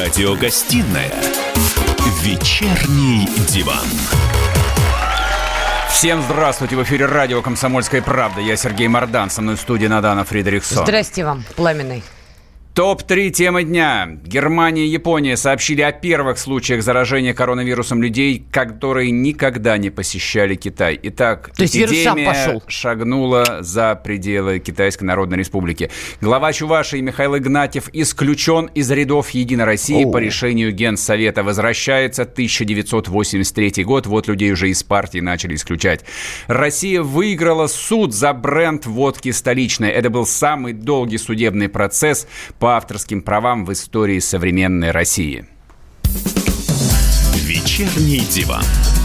Радиогостинная «Вечерний диван». Всем здравствуйте, в эфире радио «Комсомольская правда». Я Сергей Мордан, со мной в студии Надана Фридрихсон. Здрасте вам, Пламенный. Топ-3 темы дня. Германия и Япония сообщили о первых случаях заражения коронавирусом людей, которые никогда не посещали Китай. Итак, эпидемия шагнула за пределы Китайской Народной Республики. Глава Чувашии Михаил Игнатьев исключен из рядов «Единой России» по решению Генсовета. Возвращается 1983 год. Вот людей уже из партии начали исключать. Россия выиграла суд за бренд водки «Столичная». Это был самый долгий судебный процесс по авторским правам в истории современной России. Вечерний диван.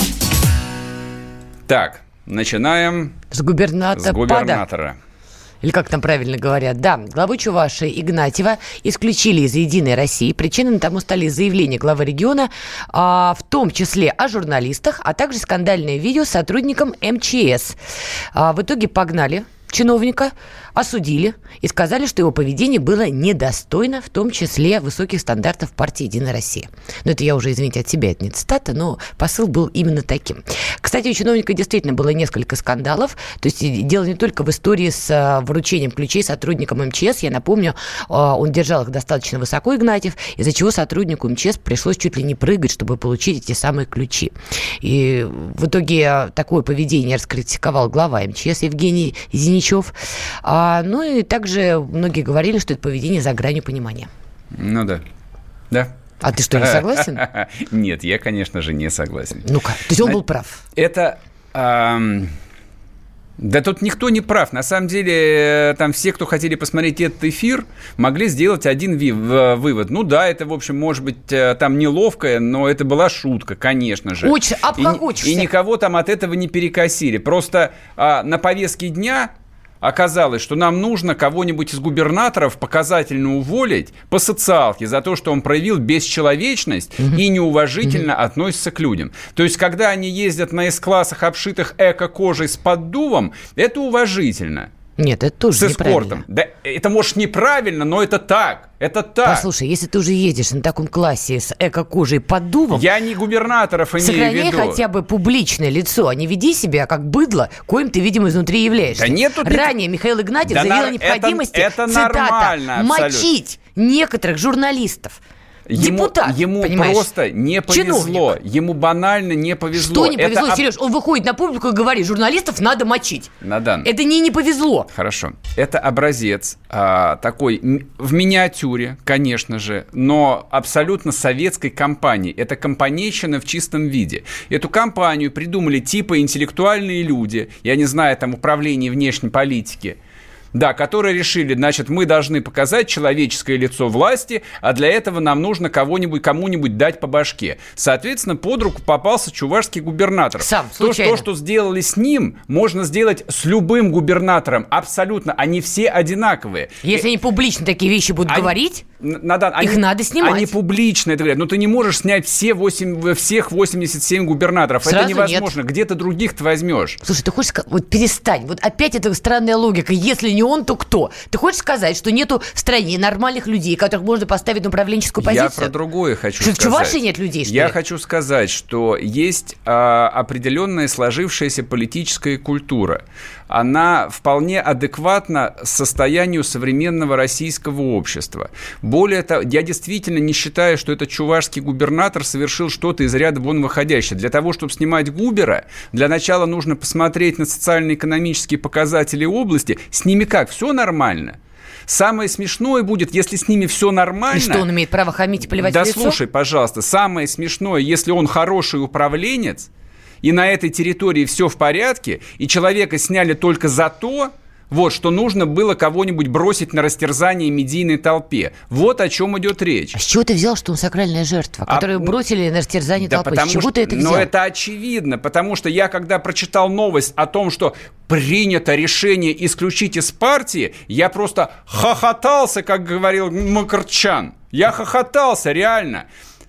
Так, начинаем с губернатора. Или как там правильно говорят. Да, главу Чувашии Игнатьева исключили из «Единой России». Причиной тому стали заявления главы региона, в том числе о журналистах, а также скандальное видео с сотрудником МЧС. В итоге погнали чиновника, осудили и сказали, что его поведение было недостойно, в том числе высоких стандартов партии «Единая Россия». Но это я уже, извините, от себя, это не цитата, но посыл был именно таким. Кстати, у чиновника действительно было несколько скандалов. То есть дело не только в истории с вручением ключей сотрудникам МЧС. Я напомню, он держал их достаточно высоко, Игнатьев, из-за чего сотруднику МЧС пришлось чуть ли не прыгать, чтобы получить эти самые ключи. И в итоге такое поведение раскритиковал глава МЧС Евгений Зиничев. Ну и также многие говорили, что это поведение за гранью понимания. Ну да. Да. А ты что, не согласен? Нет, я, конечно же, не согласен. Ну-ка, то есть он был прав? Это... Да тут никто не прав. На самом деле, там все, кто хотели посмотреть этот эфир, могли сделать один вывод. Ну да, это, в общем, может быть, там неловкое, но это была шутка, конечно же. Очень обхохочешься. И никого там от этого не перекосили. Просто на повестке дня оказалось, что нам нужно кого-нибудь из губернаторов показательно уволить по социалке за то, что он проявил бесчеловечность и неуважительно относится к людям. То есть, когда они ездят на С-классах, обшитых эко-кожей с поддувом, это уважительно. Нет, это тоже неправильно. Да, это, может, неправильно, но это так. Это так. Послушай, если ты уже едешь на таком классе с эко-кожей под дувом... Я не губернаторов имею в виду. Сохраняй хотя бы публичное лицо, а не веди себя как быдло, коим ты, видимо, изнутри являешься. Да нет тут... Ранее Михаил Игнатьев заявил о необходимости, цитата, мочить некоторых журналистов. Депутат, ему понимаешь? Просто не повезло. Чиновник. Ему банально не повезло. Что не повезло, Сереж? Он выходит на публику и говорит, журналистов надо мочить. Надан. Это не повезло. Хорошо. Это образец такой в миниатюре, конечно же, но абсолютно советской кампании. Это компанейщина в чистом виде. Эту кампанию придумали типа интеллектуальные люди, я не знаю, там управление внешней политики, да, которые решили, значит, мы должны показать человеческое лицо власти, а для этого нам нужно кому-нибудь дать по башке. Соответственно, под руку попался чувашский губернатор. Сам, случайно. То, что сделали с ним, можно сделать с любым губернатором. Абсолютно. Они все одинаковые. Если они публично такие вещи будут говорить, их надо снимать. Они публично это говорят. Но ты не можешь снять всех 87 губернаторов. Сразу это невозможно. Нет. Где-то других ты возьмешь. Слушай, ты хочешь сказать... Вот перестань. Вот опять эта странная логика. Если не он, то кто? Ты хочешь сказать, что нету в стране нормальных людей, которых можно поставить на управленческую позицию? Я про другое хочу сказать. Что, в Чувашии нет людей, что ли? Я хочу сказать, что есть определенная сложившаяся политическая культура. Она вполне адекватна состоянию современного российского общества. Более того, я действительно не считаю, что этот чувашский губернатор совершил что-то из ряда вон выходящее. Для того, чтобы снимать губера, для начала нужно посмотреть на социально-экономические показатели области. С ними как? Все нормально? Самое смешное будет, если с ними все нормально. И что, он имеет право хамить и плевать в лицо? Да слушай, пожалуйста, самое смешное, если он хороший управленец, и на этой территории все в порядке, и человека сняли только за то, вот, что нужно было кого-нибудь бросить на растерзание медийной толпе. Вот о чем идет речь. А с чего ты взял, что он сакральная жертва, которую бросили на растерзание толпы? С чего ты это взял? Но это очевидно, потому что я, когда прочитал новость о том, что принято решение исключить из партии, я просто хохотался, как говорил Макарчан. Я хохотался, реально.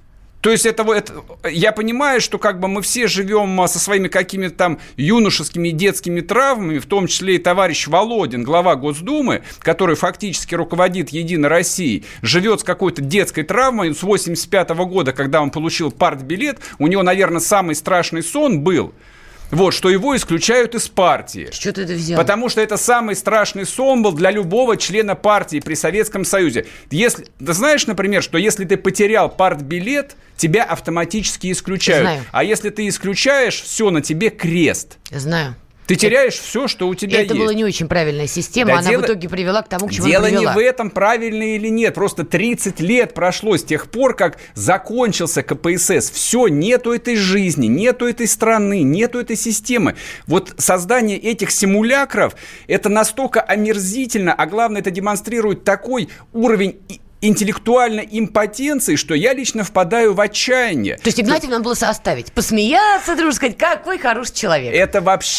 То есть я понимаю, что как бы мы все живем со своими какими-то там юношескими и детскими травмами, в том числе и товарищ Володин, глава Госдумы, который фактически руководит «Единой Россией», живет с какой-то детской травмой с 1985 года, когда он получил партбилет. У него, наверное, самый страшный сон был, что его исключают из партии. Что ты это взял? Потому что это самый страшный сон был для любого члена партии при Советском Союзе. Ты знаешь, например, что если ты потерял партбилет, тебя автоматически исключают. Знаю. А если ты исключаешь, все, на тебе крест. Знаю. Ты теряешь все, что у тебя есть. Это была не очень правильная система, она в итоге привела к тому, к чему она привела. Дело не в этом, правильно или нет. Просто 30 лет прошло с тех пор, как закончился КПСС. Все, нету этой жизни, нету этой страны, нету этой системы. Вот создание этих симулякров, это настолько омерзительно, а главное, это демонстрирует такой уровень интеллектуальной импотенции, что я лично впадаю в отчаяние. То есть Игнатьев надо было оставить, посмеяться, дружно сказать, какой хороший человек. Это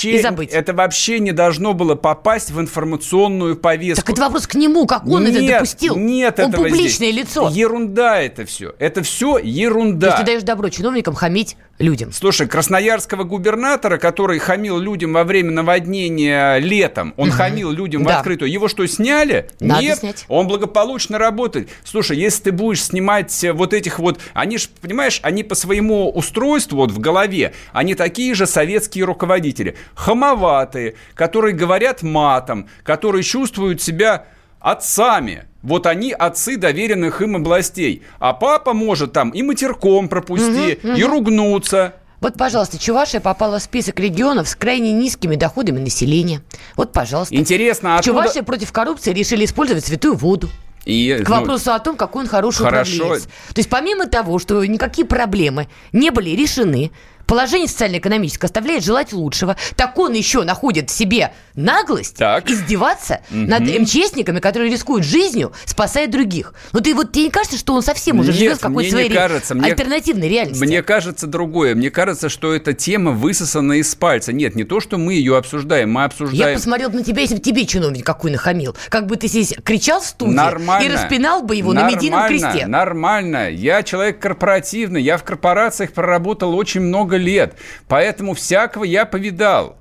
вообще не должно было попасть в информационную повестку. Так это вопрос к нему, как он это допустил? Нет, он публичное лицо. Ерунда это все. Это все ерунда. То есть ты даешь добро чиновникам хамить людям. Слушай, красноярского губернатора, который хамил людям во время наводнения летом, он хамил людям в открытую, его что, сняли? Надо Нет, снять. Он благополучно работает. Слушай, если ты будешь снимать вот этих они же, понимаешь, они по своему устройству в голове, они такие же советские руководители, хамоватые, которые говорят матом, которые чувствуют себя отцами. Вот они отцы доверенных им областей. А папа может там и матерком пропусти, и ругнуться. Вот, пожалуйста, Чувашия попала в список регионов с крайне низкими доходами населения. Вот, пожалуйста. Интересно, откуда... Чувашия против коррупции решили использовать святую воду. К вопросу о том, какой он хороший управленец. То есть помимо того, что никакие проблемы не были решены, положение социально-экономическое оставляет желать лучшего, так он еще находит в себе наглость издеваться над МЧСниками, которые рискуют жизнью, спасая других. Но тебе не кажется, что он совсем уже живет в какой-то своей альтернативной реальности? Мне кажется другое. Мне кажется, что эта тема высосана из пальца. Нет, не то, что мы ее обсуждаем, мы обсуждаем... Я посмотрел на тебя, если бы тебе чиновник какой нахамил. Как бы ты здесь кричал в студии и распинал бы его на медийном кресте. Нормально. Я человек корпоративный, я в корпорациях проработал очень много лет, поэтому всякого я повидал.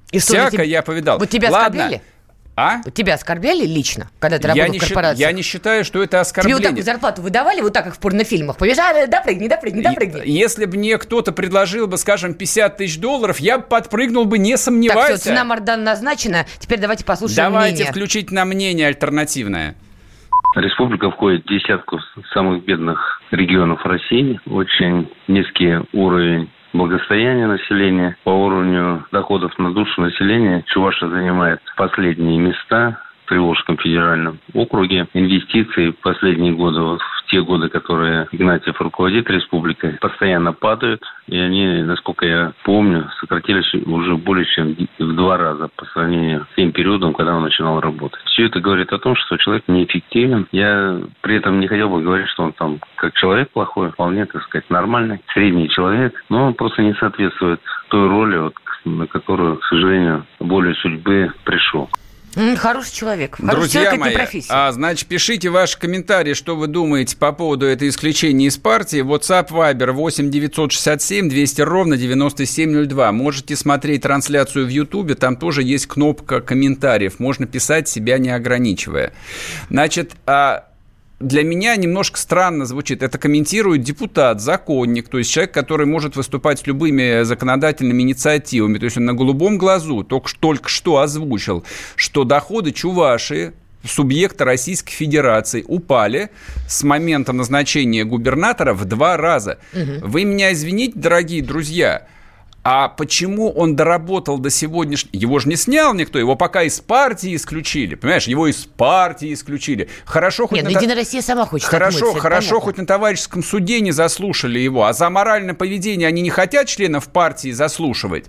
Я повидал. Вот тебя оскорбляли? Тебя оскорбляли лично, когда ты работал в корпорации? Я не считаю, что это оскорбление. Тебе вот такую зарплату выдавали, вот так, как в порнофильмах? Побежали, допрыгни. Если бы мне кто-то предложил бы, скажем, $50 000, я бы подпрыгнул бы, не сомневайся. Так, все, цена Мардан назначена. Теперь давайте послушаем мнение. Давайте включить на мнение альтернативное. Республика входит в десятку самых бедных регионов России. Очень низкий уровень благосостояния населения. По уровню доходов на душу населения Чувашия занимает последние места в Приволжском федеральном округе. Инвестиции в последние годы, в те годы, которые Игнатьев руководит республикой, постоянно падают. И они, насколько я помню, сократились уже более чем в 2 раза по сравнению с тем периодом, когда он начинал работать. Все это говорит о том, что человек неэффективен. Я при этом не хотел бы говорить, что он там как человек плохой, вполне, так сказать, нормальный, средний человек, но он просто не соответствует той роли, на которую, к сожалению, волей судьбы пришел. Хороший человек. Друзья мои, значит, пишите ваши комментарии, что вы думаете по поводу этого исключения из партии. WhatsApp, Viber 8 967 200 ровно 9702. Можете смотреть трансляцию в Ютубе, там тоже есть кнопка комментариев. Можно писать, себя не ограничивая. Значит, для меня немножко странно звучит. Это комментирует депутат, законник, то есть человек, который может выступать с любыми законодательными инициативами. То есть он на голубом глазу только что озвучил, что доходы Чувашии, субъекта Российской Федерации, упали с момента назначения губернатора в 2 раза. Вы меня извините, дорогие друзья, а почему он доработал до сегодняшнего... Его же не снял никто, его пока из партии исключили. Понимаешь, его из партии исключили. Хорошо, хоть Единая Россия сама хочет отмыться. Хорошо, хоть на товарищеском суде не заслушали его. А за моральное поведение они не хотят членов партии заслушивать?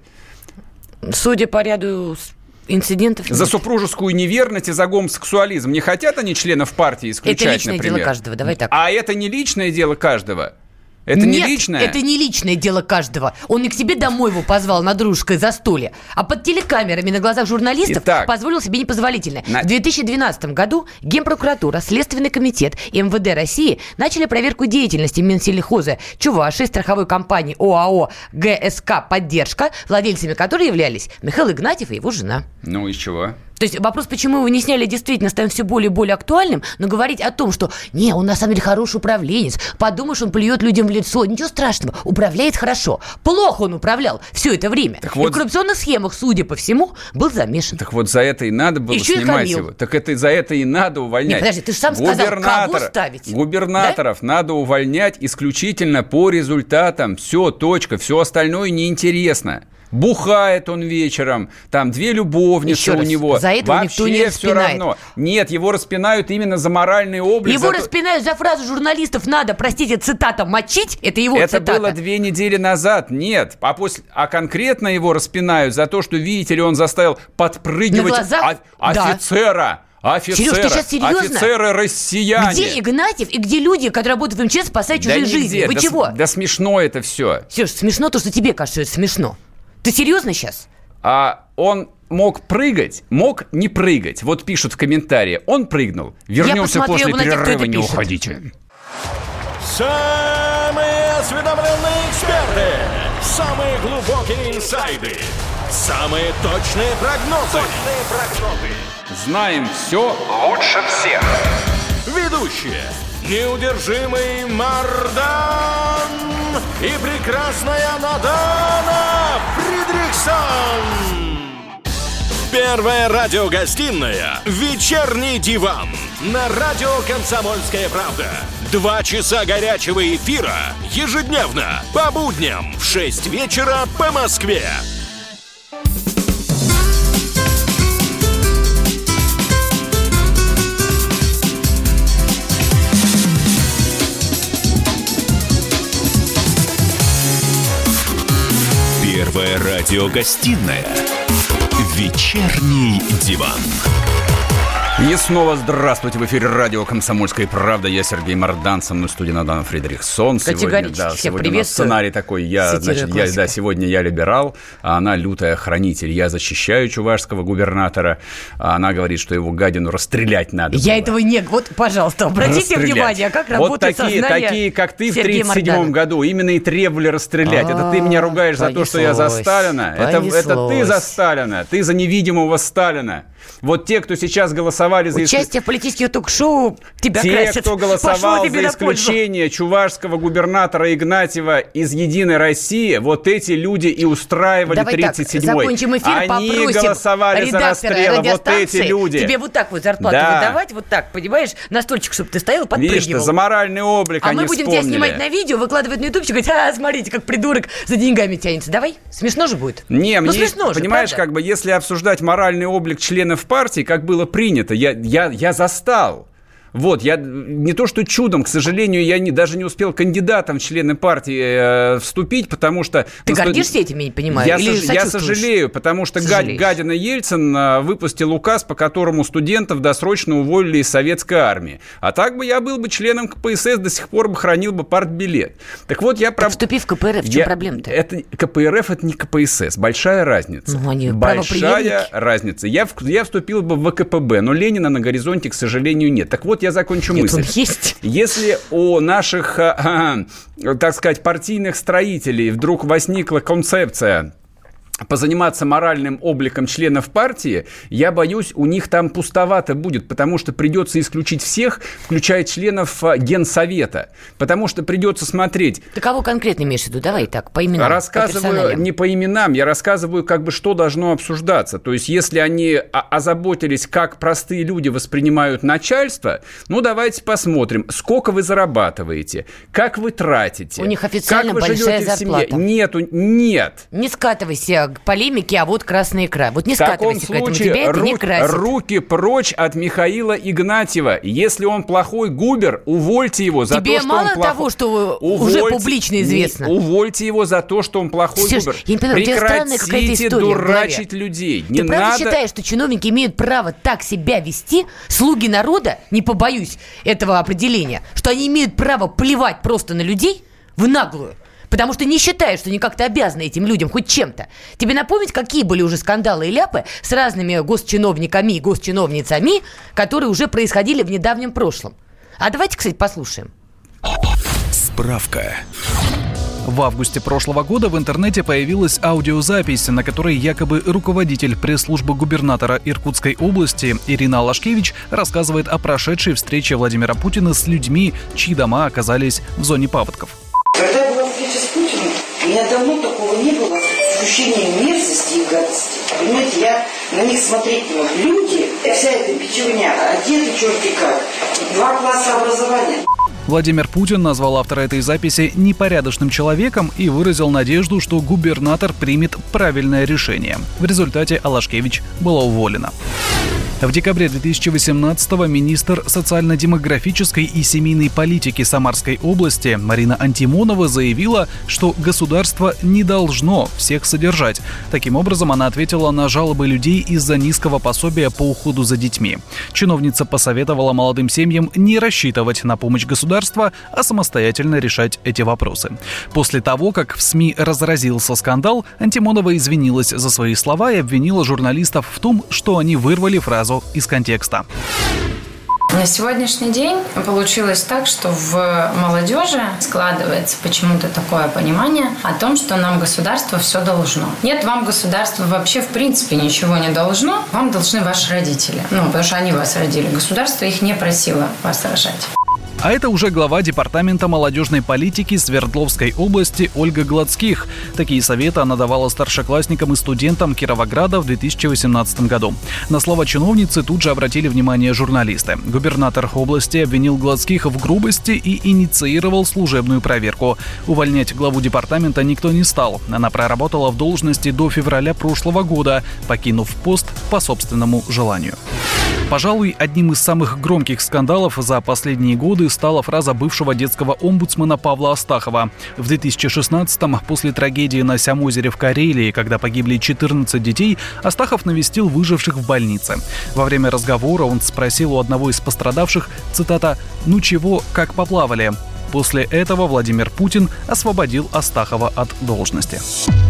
Судя по ряду инцидентов... За супружескую неверность и за гомосексуализм не хотят они членов партии исключать, например? Это личное дело каждого, давай так. А это не личное дело каждого? Это не личное? Это не личное дело каждого. Он не к себе домой его позвал на дружеское застолье, а под телекамерами на глазах журналистов позволил себе непозволительное. В 2012 году Генпрокуратура, Следственный комитет и МВД России начали проверку деятельности Минсельхоза Чувашии, страховой компании ОАО ГСК «Поддержка», владельцами которой являлись Михаил Игнатьев и его жена. Ну и чего? То есть вопрос, почему его не сняли, действительно становится все более и более актуальным, но говорить о том, что он на самом деле хороший управленец, подумаешь, он плюет людям в лицо, ничего страшного, управляет хорошо. Плохо он управлял все это время. И в коррупционных схемах, судя по всему, был замешан. Так вот за это и надо было снимать его. Так это за это и надо увольнять. Нет, подожди, ты же сам сказал, кого ставить? Губернаторов надо увольнять исключительно по результатам. Все, точка, все остальное неинтересно. Бухает он вечером, там 2 любовницы у него. За это никто не распинает. Все равно. Нет, его распинают именно за моральный облик. Его распинают за фразу журналистов «надо, простите, цитата, мочить». Это его цитата. Это было 2 недели назад. Нет. А конкретно его распинают за то, что, видите ли, он заставил подпрыгивать офицера. Сереж, ты сейчас серьезно? Офицеры россияне. Где Игнатьев и где люди, которые работают в МЧС, спасают чужие жизни? Вы чего? Да смешно это все. Сереж, смешно то, что тебе кажется, это смешно. Ты серьезно сейчас? Он мог прыгать, мог не прыгать. Вот пишут в комментарии. Он прыгнул. Вернемся после перерыва, не уходите. Самые осведомленные эксперты. Самые глубокие инсайды. Самые точные прогнозы. Знаем все лучше всех. Ведущие. Неудержимый Мардан и прекрасная Надана Фридрихсон. Первая радиогостинная «Вечерний диван» на радио «Комсомольская правда». 2 часа горячего эфира ежедневно по будням в 6 вечера по Москве. Первая радиогостинная «Вечерний диван». И снова здравствуйте. В эфире радио «Комсомольская правда». Я Сергей Мардан, со мной в студии Надана Фридрихсон. Сегодня у нас сценарий такой. Сегодня я либерал, а она лютая хранитель. Я защищаю чувашского губернатора, а она говорит, что его гадину расстрелять надо было. Я этого не... Вот, пожалуйста, обратите внимание, как работает сознание. Такие, как ты в 1937 году, именно и требовали расстрелять. Это ты меня ругаешь за то, что я за Сталина. Это ты за Сталина. Ты за невидимого Сталина. Вот те, кто сейчас голосовали за... Участие в политических ток-шоу тебя красит. Те, кто голосовал за исключение чувашского губернатора Игнатьева из «Единой России», вот эти люди и устраивали 37-й. Закончим эфир, они голосовали за расстрел, вот эти люди. Тебе вот так вот зарплату выдавать, вот так, понимаешь, на стульчик, чтобы ты стоял и подпрыгивал. Видишь, за моральный облик они вспомнили. А мы будем тебя снимать на видео, выкладывать на ютубчик, говорить, смотрите, как придурок за деньгами тянется. Давай, смешно же будет. Смешно же, понимаешь, как бы, если обсуждать моральный облик членов партии, как было принято, я застал. Вот, я не то что чудом, к сожалению, я даже не успел кандидатом в члены партии вступить, потому что... Ты гордишься этим, я не понимаю? Я сожалею, потому что гадина Ельцин выпустил указ, по которому студентов досрочно уволили из советской армии. А так бы я был бы членом КПСС, до сих пор бы хранил бы партбилет. Так вот, вступи в КПРФ, в чем проблема-то? КПРФ – это не КПСС, большая разница. Большая разница. Я вступил бы в ВКПБ, но Ленина на горизонте, к сожалению, нет. Так вот, я закончу мысль. Он есть. Если у наших, так сказать, партийных строителей вдруг возникла концепция позаниматься моральным обликом членов партии, я боюсь, у них там пустовато будет, потому что придется исключить всех, включая членов Генсовета, потому что придется смотреть... Ты кого конкретно имеешь в виду? Давай так, по именам. Рассказываю не по именам, я рассказываю, как бы, что должно обсуждаться. То есть, если они озаботились, как простые люди воспринимают начальство, давайте посмотрим, сколько вы зарабатываете, как вы тратите. У них официально большая зарплата. Нет. Не скатывайся к полемике, а вот красная икра. Вот не скатывайся к этому, тебя это не красит. Руки прочь от Михаила Игнатьева. Если он плохой губер, увольте его за тебе то, что он плохой. Тебе мало того, что уже публично известно? Увольте его за то, что он плохой губер. Я не понимаю, прекратите дурачить людей. Ты правда считаешь, что чиновники имеют право так себя вести, слуги народа, не побоюсь этого определения, что они имеют право плевать просто на людей? в наглую. Потому что не считаешь, что они как-то обязаны этим людям хоть чем-то. Тебе напомнить, какие были уже скандалы и ляпы с разными госчиновниками и госчиновницами, которые уже происходили в недавнем прошлом. А давайте, кстати, послушаем. Справка. В августе прошлого года в интернете появилась аудиозапись, на которой якобы руководитель пресс-службы губернатора Иркутской области Ирина Алашкевич рассказывает о прошедшей встрече Владимира Путина с людьми, чьи дома оказались в зоне паводков. Когда была встреча с Путиным, у меня давно такого не было, ощущения мерзости и гадости. Понимаете, я на них смотреть не могу. Люди, вся эта печевня, одеты черти как, 2 класса образования. Владимир Путин назвал автора этой записи непорядочным человеком и выразил надежду, что губернатор примет правильное решение. В результате Алашкевич была уволена. В декабре 2018-го министр социально-демографической и семейной политики Самарской области Марина Антимонова заявила, что государство не должно всех содержать. Таким образом, она ответила на жалобы людей из-за низкого пособия по уходу за детьми. Чиновница посоветовала молодым семьям не рассчитывать на помощь государства, а самостоятельно решать эти вопросы. После того, как в СМИ разразился скандал, Антимонова извинилась за свои слова и обвинила журналистов в том, что они вырвали фразу из контекста. На сегодняшний день получилось так, что в молодежи складывается почему-то такое понимание о том, что нам государство все должно. Нет, вам государство вообще в принципе ничего не должно. Вам должны ваши родители. Потому что они вас родили. Государство их не просило вас рожать. А это уже глава департамента молодежной политики Свердловской области Ольга Гладских. Такие советы она давала старшеклассникам и студентам Кировограда в 2018 году. На слова чиновницы тут же обратили внимание журналисты. Губернатор области обвинил Гладских в грубости и инициировал служебную проверку. Увольнять главу департамента никто не стал. Она проработала в должности до февраля прошлого года, покинув пост по собственному желанию. Пожалуй, одним из самых громких скандалов за последние годы стала фраза бывшего детского омбудсмена Павла Астахова. В 2016-м, после трагедии на Сямозере в Карелии, когда погибли 14 детей, Астахов навестил выживших в больнице. Во время разговора он спросил у одного из пострадавших, цитата, «Ну чего, как поплавали?». После этого Владимир Путин освободил Астахова от должности.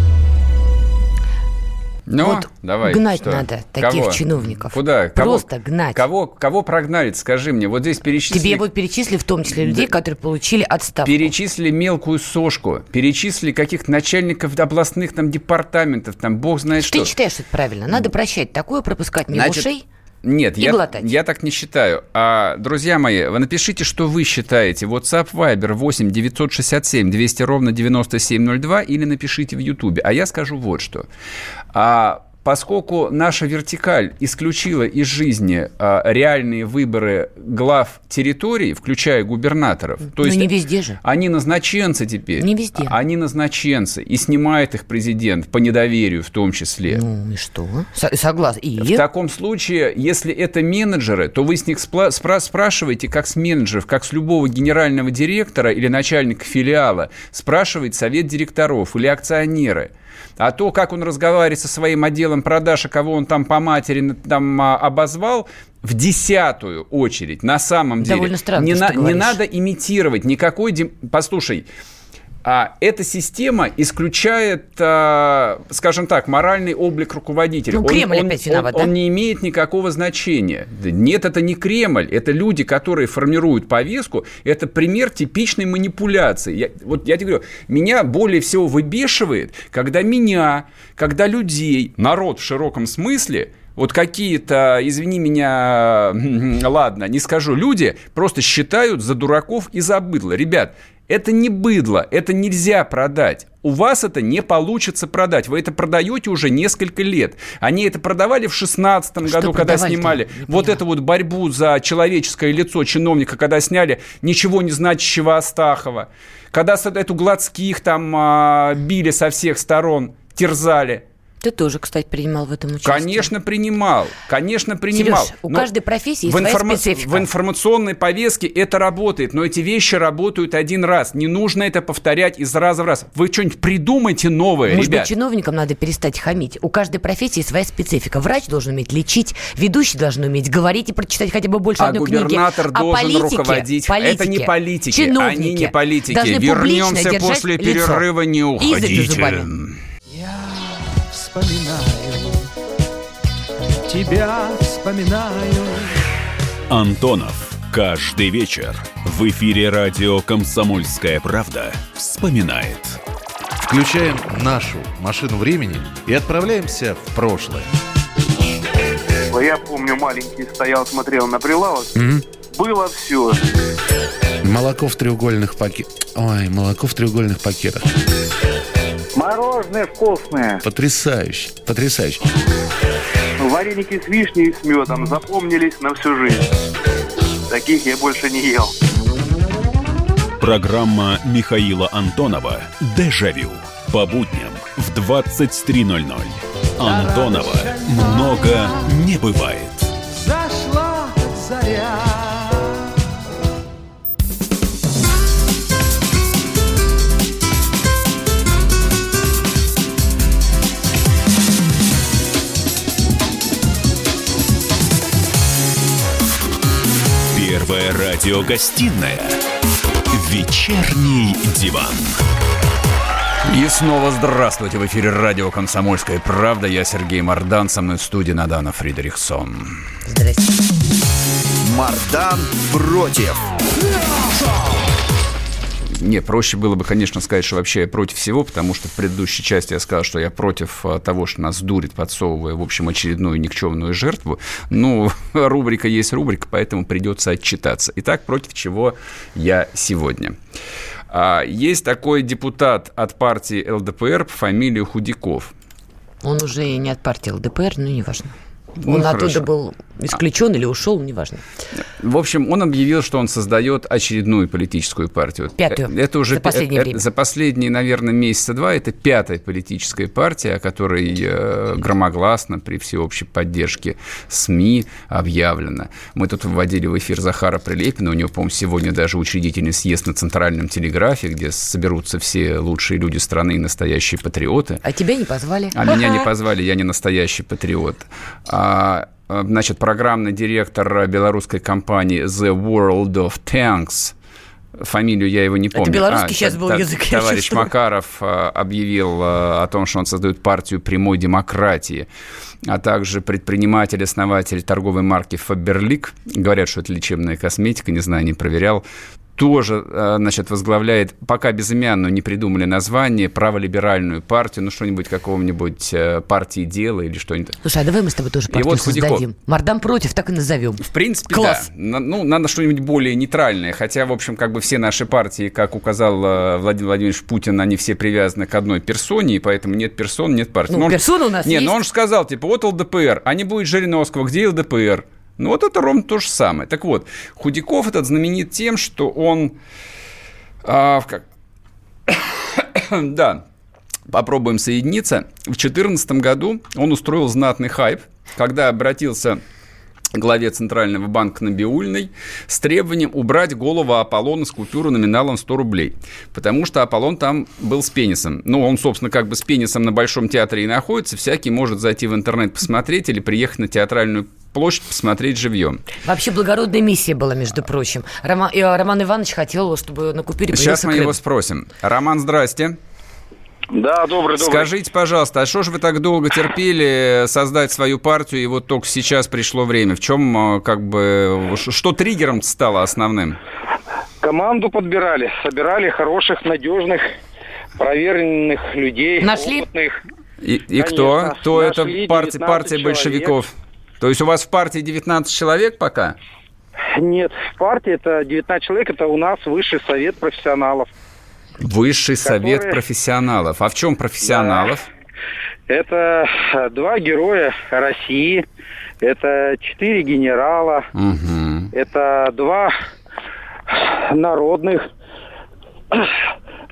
Ну, вот давай. Гнать что? надо таких Кого? чиновников. Куда? Просто гнать. Кого прогнали, скажи мне. Вот здесь перечислили... Тебе вот перечислили в том числе людей, которые получили отставку. Перечислили мелкую сошку, перечислили каких-то начальников областных там департаментов, там бог знает что. Ты считаешь, что это правильно? Надо прощать такое, пропускать мимо ушей? Нет, я так не считаю. Друзья мои, вы напишите, что вы считаете. WhatsApp, Viber 8 967 200 ровно 9702 или напишите в Ютубе. А я скажу вот что. Поскольку наша вертикаль исключила из жизни реальные выборы глав территорий, включая губернаторов, то есть не везде же. Они назначенцы теперь. Не везде. Они назначенцы, и снимает их президент по недоверию в том числе. Ну и что? Согласен. В таком случае, если это менеджеры, то вы с них спрашиваете, как с менеджеров, как с любого генерального директора или начальника филиала, спрашивает совет директоров или акционеры. А то, как он разговаривает со своим отделом продаж, а кого он там по матери там обозвал, в 10-ю очередь, на самом деле. Довольно странно, не надо имитировать никакой... Послушай, эта система исключает, скажем так, моральный облик руководителя. Кремль опять виноват, да? Он не имеет никакого значения. Нет, это не Кремль. Это люди, которые формируют повестку. Это пример типичной манипуляции. Я тебе говорю, меня более всего выбешивает, когда людей, народ в широком смысле, вот какие-то, извини меня, ладно, не скажу, люди просто считают за дураков и за быдло. Ребят, это не быдло, это нельзя продать. У вас это не получится продать. Вы это продаете уже несколько лет. Они это продавали в 2016 году, когда снимали вот эту вот борьбу за человеческое лицо чиновника, когда сняли ничего не значащего Астахова, когда эту Гладских там били со всех сторон, терзали. Ты тоже, кстати, принимал в этом участие. Конечно, принимал. Сереж, у каждой профессии есть своя специфика. В информационной повестке это работает, но эти вещи работают один раз. Не нужно это повторять из раза в раз. Вы что-нибудь придумайте новое, Может ребят. быть, чиновникам надо перестать хамить. У каждой профессии своя специфика. Врач должен уметь лечить, ведущий должен уметь говорить и прочитать хотя бы больше одной книги. А губернатор должен руководить. Это не политики. Чиновники Они не политики. Вернемся после перерыва, не уходите. Вспоминаю, тебя вспоминаю. Антонов. Каждый вечер в эфире радио «Комсомольская правда» вспоминает. Включаем нашу машину времени и отправляемся в прошлое. Я помню, маленький стоял, смотрел на прилавок. Было все. Молоко в треугольных пакетах. Ой, молоко в треугольных пакетах. Мороженое вкусное. Потрясающе, потрясающе. Вареники с вишней и с медом запомнились на всю жизнь. Таких я больше не ел. Программа Михаила Антонова «Дежавю». По будням в 23:00. Антонова много не бывает. Зашла заря. Первая радиогостинная «Вечерний диван». И снова здравствуйте. В эфире радио «Комсомольская правда». Я Сергей Мордан. Со мной в студии Надана Фридрихсон. Здрасте. Мордан против. Не, проще было бы, конечно, сказать, что вообще я против всего, потому что в предыдущей части я сказал, что я против того, что нас дурит, подсовывая, в общем, очередную никчемную жертву. Ну, рубрика есть рубрика, поэтому придется отчитаться. Итак, против чего я сегодня? Есть такой депутат от партии ЛДПР по фамилии Худяков. Он уже не от партии ЛДПР, но неважно. Он оттуда был исключен или ушел, неважно. В общем, он объявил, что он создает очередную политическую партию. Пятую. Это уже за последнее время. За последние, наверное, месяца два это пятая политическая партия, о которой громогласно при всеобщей поддержке СМИ объявлено. Мы тут вводили в эфир Захара Прилепина. У него, по-моему, сегодня даже учредительный съезд на Центральном телеграфе, где соберутся все лучшие люди страны и настоящие патриоты. А тебя не позвали. А меня не позвали, я не настоящий патриот. Значит, программный директор белорусской компании The World of Tanks, фамилию я его не помню. Это белорусский сейчас был язык. Товарищ Макаров объявил о том, что он создает партию прямой демократии, а также предприниматель, основатель торговой марки Faberlic. Говорят, что это лечебная косметика, не знаю, не проверял. Тоже, значит, возглавляет, пока безымянную, не придумали название, праволиберальную партию, ну, что-нибудь, какого-нибудь партии дела или что-нибудь. Слушай, а давай мы с тобой тоже партию создадим. Мордан против, так и назовем. В принципе, класс. Да. Ну, надо что-нибудь более нейтральное, хотя, в общем, как бы все наши партии, как указал Владимир Владимирович Путин, они все привязаны к одной персоне, и поэтому нет персон, нет партии. Ну, персона у нас есть. Нет, но он же сказал, типа, вот ЛДПР, а не будет Жириновского, где ЛДПР? Ну, вот это ровно то же самое. Так вот, Худяков этот знаменит тем, что он... Да, попробуем соединиться. В 2014 году он устроил знатный хайп, когда обратился к главе Центрального банка Набиуллиной с требованием убрать голову Аполлона с купюры номиналом 100 рублей. Потому что Аполлон там был с пенисом. Ну, он, собственно, как бы с пенисом на Большом театре и находится. Всякий может зайти в интернет посмотреть или приехать на Театральную площадь посмотреть живьем. Вообще благородная миссия была, между прочим. Роман Иванович хотел, чтобы на купюре появился Сейчас мы Крым. его спросим. Роман, здрасте. Да, добрый. Скажите, пожалуйста, а что же вы так долго терпели создать свою партию, и вот только сейчас пришло время? В чем, как бы, что триггером стало основным? Команду подбирали, собирали хороших, надежных, проверенных людей. Нашли? Опытных. И Конечно, кто? Кто это партия большевиков? Человек. То есть у вас в партии 19 человек пока? Нет, в партии это 19 человек, это у нас высший совет профессионалов. Высший совет профессионалов. А в чем профессионалов? Да. Это 2 героя России, это 4 генерала, это 2 народных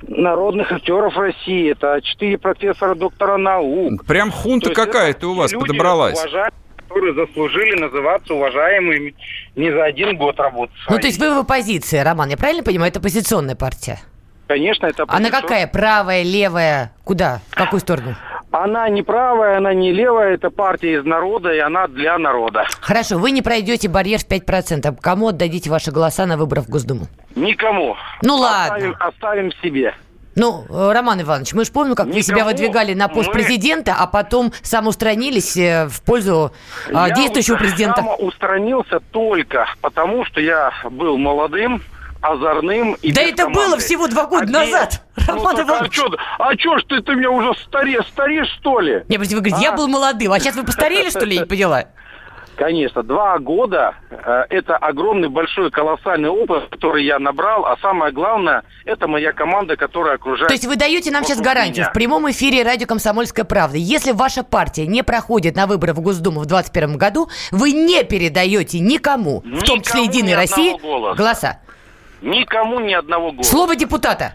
народных актеров России. Это 4 профессора, доктора наук. Прям хунта какая-то у вас подобралась. Которые заслужили называться уважаемыми не за один год работы. Ну, то есть вы в оппозиции, Роман, я правильно понимаю? Это оппозиционная партия? Конечно, это оппозиционная. Она какая? Правая, левая? Куда? В какую сторону? Она не правая, она не левая. Это партия из народа, и она для народа. Хорошо, вы не пройдете барьер в 5%. Кому отдадите ваши голоса на выборах в Госдуму? Никому. Ну, ладно. Оставим себе. Ну, Роман Иванович, мы же помним, как вы себя выдвигали на пост президента, а потом самоустранились в пользу действующего президента. Я самоустранился только потому, что я был молодым, озорным и да это команды. Было всего 2 года назад, Роман Иванович. А чё ж ты меня уже стареешь, что ли? Не, вы говорите, я был молодым, а сейчас вы постарели, что ли, я не поняла? Конечно, 2 года это огромный, большой, колоссальный опыт, который я набрал, а самое главное, это моя команда, которая окружает. То есть вы даете нам сейчас гарантию в прямом эфире радио «Комсомольская правда». Если ваша партия не проходит на выборы в Госдуму в 2021 году, вы не передаете никому, в том числе «Единой России», голоса? Никому ни одного голоса. Слово депутата.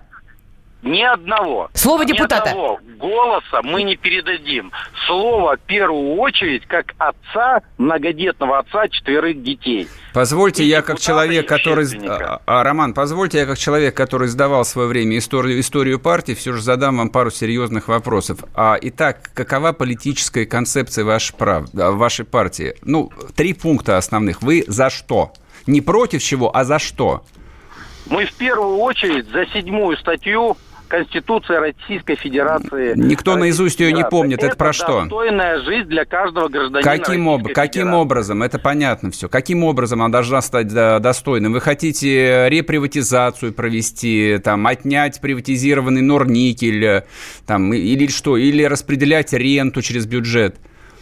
Ни одного. Слово депутата. Ни одного голоса мы не передадим. Слово в первую очередь как отца, многодетного отца 4 детей. Позвольте, я как человек, который... Роман, позвольте, я как человек, который сдавал в свое время историю партии, все же задам вам пару серьезных вопросов. Итак, какова политическая концепция вашей партии? 3 пункта основных. Вы за что? Не против чего, а за что? Мы в первую очередь за 7 статью Конституции Российской Федерации. Никто наизусть ее не помнит. Это про что? Достойная жизнь для каждого гражданина. Каким образом? Это понятно все. Каким образом она должна стать достойной? Вы хотите реприватизацию провести, отнять приватизированный Норникель, или что? Или распределять ренту через бюджет?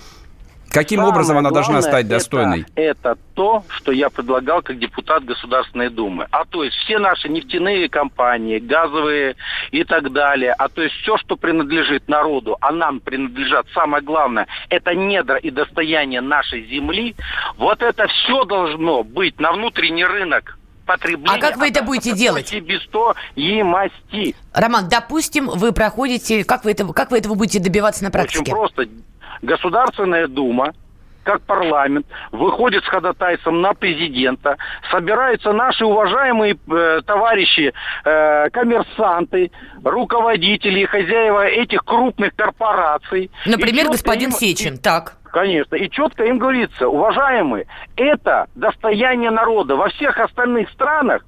Каким образом она должна стать достойной? Это то, что я предлагал как депутат Государственной Думы. То есть все наши нефтяные компании, газовые и так далее, то есть все, что принадлежит народу, а нам принадлежат, самое главное, это недра и достояние нашей земли, вот это все должно быть на внутренний рынок потребления. А как вы это будете делать? Себестоимости. Роман, допустим, вы проходите, как вы этого будете добиваться на практике? Очень просто. Государственная Дума, как парламент, выходит с ходатайством на президента, собираются наши уважаемые товарищи, коммерсанты, руководители, хозяева этих крупных корпораций. Например, господин Сечин, так. Конечно. И четко им говорится, уважаемые, это достояние народа. Во всех остальных странах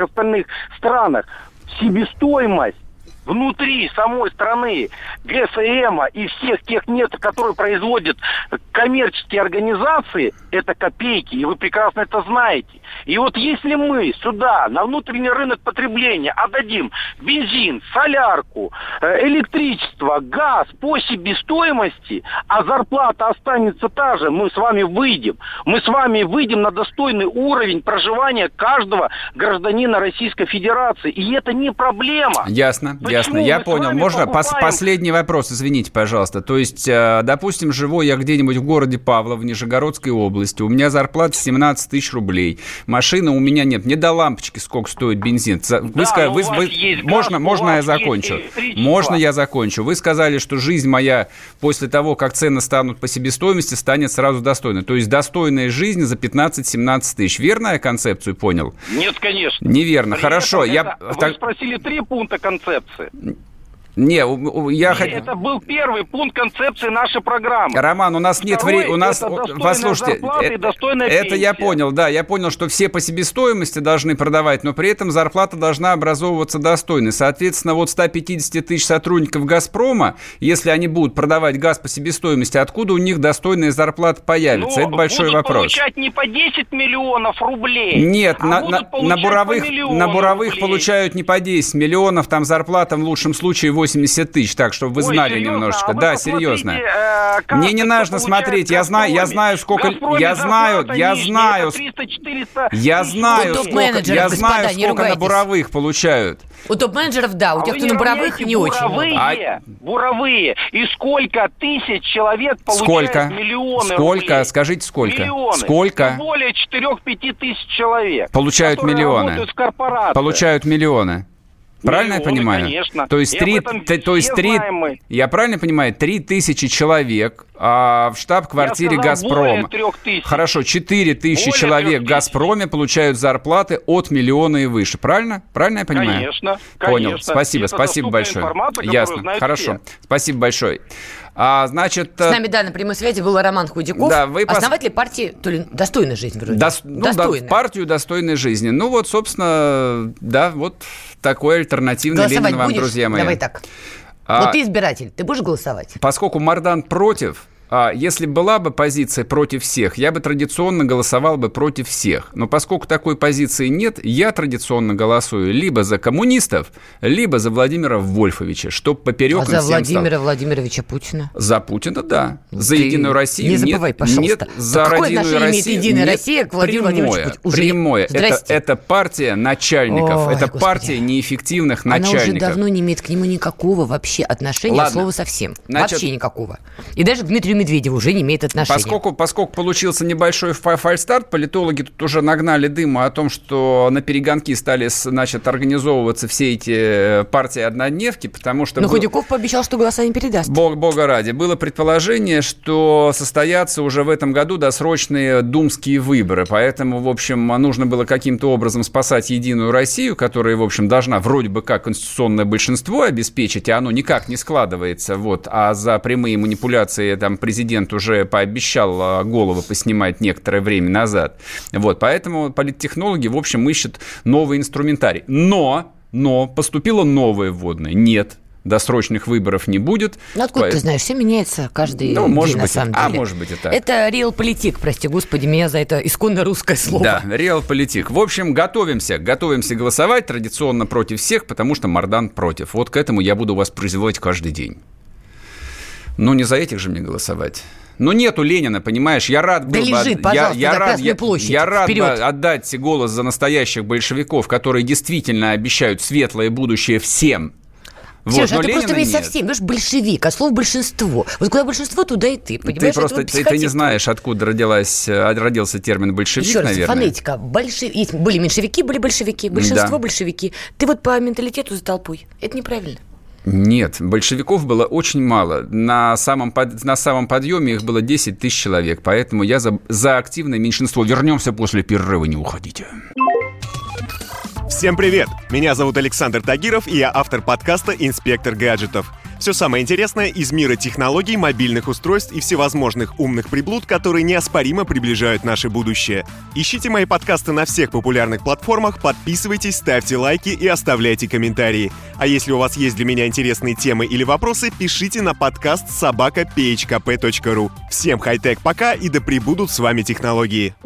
себестоимость внутри самой страны ГСМа и всех тех методов, которые производят коммерческие организации, это копейки, и вы прекрасно это знаете. И вот если мы сюда, на внутренний рынок потребления, отдадим бензин, солярку, электричество, газ по себестоимости, а зарплата останется та же, мы с вами выйдем на достойный уровень проживания каждого гражданина Российской Федерации. И это не проблема. Ясно. Я понял. Можно последний вопрос, извините, пожалуйста. То есть, допустим, живу я где-нибудь в городе Павлов, в Нижегородской области. У меня зарплата 17 тысяч рублей. Машины у меня нет. Не до лампочки, сколько стоит бензин. Можно я закончу? Можно я закончу? Вы сказали, что жизнь моя после того, как цены станут по себестоимости, станет сразу достойной. То есть, достойная жизнь за 15-17 тысяч. Верно я концепцию понял? Нет, конечно. Неверно. Хорошо. Вы спросили 3 пункта концепции. Это был первый пункт концепции нашей программы. Роман, у нас нет времени. Послушайте, это я понял, да. Я понял, что все по себестоимости должны продавать, но при этом зарплата должна образовываться достойной. Соответственно, 150 тысяч сотрудников «Газпрома», если они будут продавать газ по себестоимости, откуда у них достойная зарплата появится? Это большой вопрос. Будут получать не по 10 миллионов рублей. Нет, на буровых получают не по 10 миллионов, там зарплата в лучшем случае 80 тысяч, так, чтобы вы знали немножечко. Да, серьезно. Мне не нужно смотреть, я знаю, сколько на буровых получают. У топ-менеджеров, да, у тех, кто на буровых, не очень. Буровые. И сколько тысяч человек получают миллионы Сколько? рублей? Скажите, сколько? Миллионы. Сколько? Более 4-5 тысяч человек. Получают миллионы. Работают в корпорациях. Получают миллионы. Правильно я понимаю? Конечно. То есть, я правильно понимаю, 3000 человек в штаб-квартире «Газпрома». Хорошо, 4000 человек в «Газпроме» получают зарплаты от миллиона и выше. Правильно? Правильно я понимаю? Конечно. Понял. Спасибо большое. Ясно. Хорошо. Спасибо большое. Значит, с нами, на прямой связи был Роман Худяков, основатель партии «Достойная жизнь». Партию «Достойной жизни». Ну вот, собственно, вот такой альтернативный Ленин вам, друзья мои. Давай так. Вот ты избиратель, ты будешь голосовать? Поскольку Мардан против, если была бы позиция против всех, я бы традиционно голосовал бы против всех. Но поскольку такой позиции нет, я традиционно голосую либо за коммунистов, либо за Владимира Вольфовича, чтобы поперек им всем за Владимира Владимировича Путина? За Путина, да. За «Единую Россию» не забывай, пожалуйста. Нет, за «Родиную Россию» «Единая Россия» к Владимиру Владимировичу Путину? Прямое. Это партия начальников. Это партия неэффективных начальников. Она уже давно не имеет к нему никакого вообще отношения, от слова совсем. Вообще никакого. И даже Дмитрию Медведеву уже не имеет отношения. Поскольку получился небольшой фальстарт, политологи тут уже нагнали дыма о том, что на перегонки стали, организовываться все эти партии-однодневки, потому что... Но Худяков пообещал, что голоса не передаст. Бога ради. Было предположение, что состоятся уже в этом году досрочные думские выборы, поэтому, в общем, нужно было каким-то образом спасать «Единую Россию», которая, в общем, должна вроде бы как конституционное большинство обеспечить, а оно никак не складывается, а за прямые манипуляции президент уже пообещал голову поснимать некоторое время назад. Поэтому политтехнологи, в общем, ищут новый инструментарий. Но поступило новое вводное. Нет, досрочных выборов не будет. Откуда ты знаешь? Все меняется каждый день, на самом деле. Может быть и так. Это реалполитик, прости господи, меня за это исконно русское слово. Да, реалполитик. В общем, готовимся голосовать традиционно против всех, потому что Мардан против. Вот к этому я буду вас призывать каждый день. Не за этих же мне голосовать. Нету Ленина, понимаешь? Я рад был бы отдать голос за настоящих большевиков, которые действительно обещают светлое будущее всем. Сережа, ты просто вместе со всеми, понимаешь, большевик, от слова большинство. Вот куда большинство, туда и ты, понимаешь? Ты не знаешь, откуда родился термин большевик, еще раз, наверное. Фонетика. Были меньшевики, были большевики, большинство большевики. Ты по менталитету за толпой. Это неправильно. Нет, большевиков было очень мало. На самом подъеме их было 10 тысяч человек. Поэтому я за активное меньшинство. Вернемся после перерыва, не уходите. Всем привет! Меня зовут Александр Тагиров, и я автор подкаста «Инспектор гаджетов». Все самое интересное из мира технологий, мобильных устройств и всевозможных умных приблуд, которые неоспоримо приближают наше будущее. Ищите мои подкасты на всех популярных платформах, подписывайтесь, ставьте лайки и оставляйте комментарии. А если у вас есть для меня интересные темы или вопросы, пишите на подкаст @phkp.ru. Всем хай-тек пока, и да пребудут с вами технологии.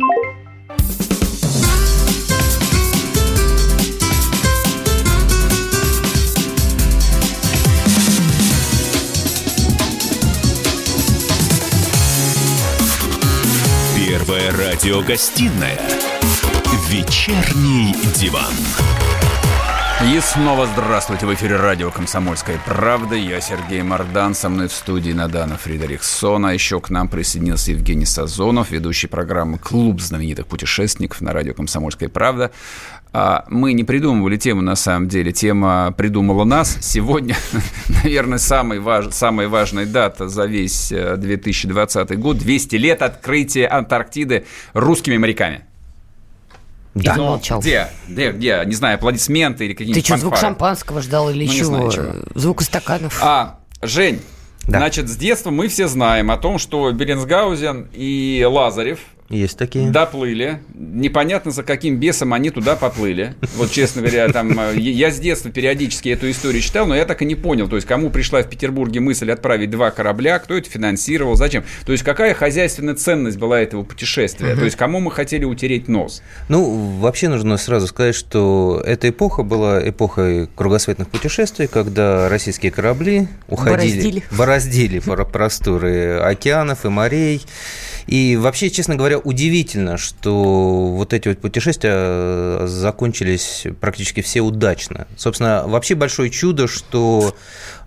Первая радиогостинная «Вечерний диван». И снова здравствуйте. В эфире радио «Комсомольская правда». Я Сергей Мардан. Со мной в студии Надана Фридрихсон. А еще к нам присоединился Евгений Сазонов, ведущий программы «Клуб знаменитых путешественников» на радио «Комсомольская правда». Мы не придумывали тему, на самом деле. Тема придумала нас. Сегодня, наверное, самая важная дата за весь 2020 год. 200 лет открытия Антарктиды русскими моряками. Да. Молчал. Где? Не знаю, аплодисменты или какие-нибудь фанфары. Ты что, звук шампанского ждал или чего? Звук стаканов. Жень, да. Значит, с детства мы все знаем о том, что Беллинсгаузен и Лазарев есть такие. Доплыли. Непонятно, за каким бесом они туда поплыли. Вот, честно говоря, я с детства периодически эту историю читал, но я так и не понял. То есть, кому пришла в Петербурге мысль отправить 2 корабля, кто это финансировал, зачем? То есть, какая хозяйственная ценность была этого путешествия? То есть, кому мы хотели утереть нос? Вообще нужно сразу сказать, что эта эпоха была эпохой кругосветных путешествий, когда российские корабли бороздили просторы океанов и морей. И вообще, честно говоря, удивительно, что вот эти вот путешествия закончились практически все удачно. Собственно, вообще большое чудо, что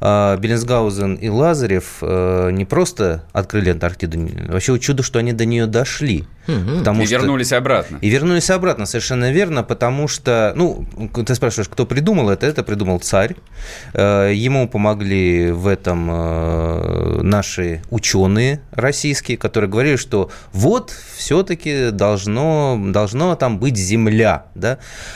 Беллинсгаузен и Лазарев не просто открыли Антарктиду, вообще чудо, что они до нее дошли. Вернулись обратно. И вернулись обратно, совершенно верно, потому что, ты спрашиваешь, кто придумал это придумал царь. Ему помогли в этом наши ученые российские, которые говорили, что вот все-таки должно там быть Земля, да.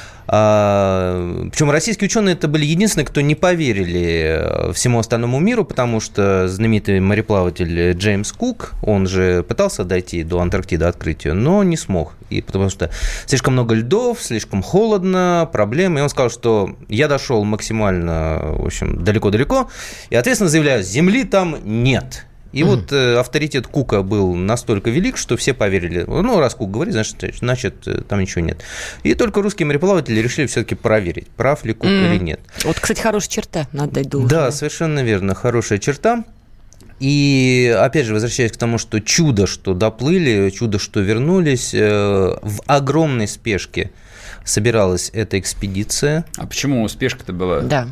Причем российские ученые это были единственные, кто не поверили всему остальному миру, потому что знаменитый мореплаватель Джеймс Кук, он же пытался дойти до Антарктиды, открытию, но не смог, потому что слишком много льдов, слишком холодно, проблемы, и он сказал, что я дошел максимально, в общем, далеко-далеко, и ответственно заявляю, Земли там нет. И вот авторитет Кука был настолько велик, что все поверили. Раз Кук говорит, значит, там ничего нет. И только русские мореплаватели решили все-таки проверить, прав ли Кук или нет. Вот, кстати, хорошая черта, надо дать должное. Да, совершенно верно, хорошая черта. И, опять же, возвращаясь к тому, что чудо, что доплыли, чудо, что вернулись, в огромной спешке собиралась эта экспедиция. А почему спешка-то была? Да.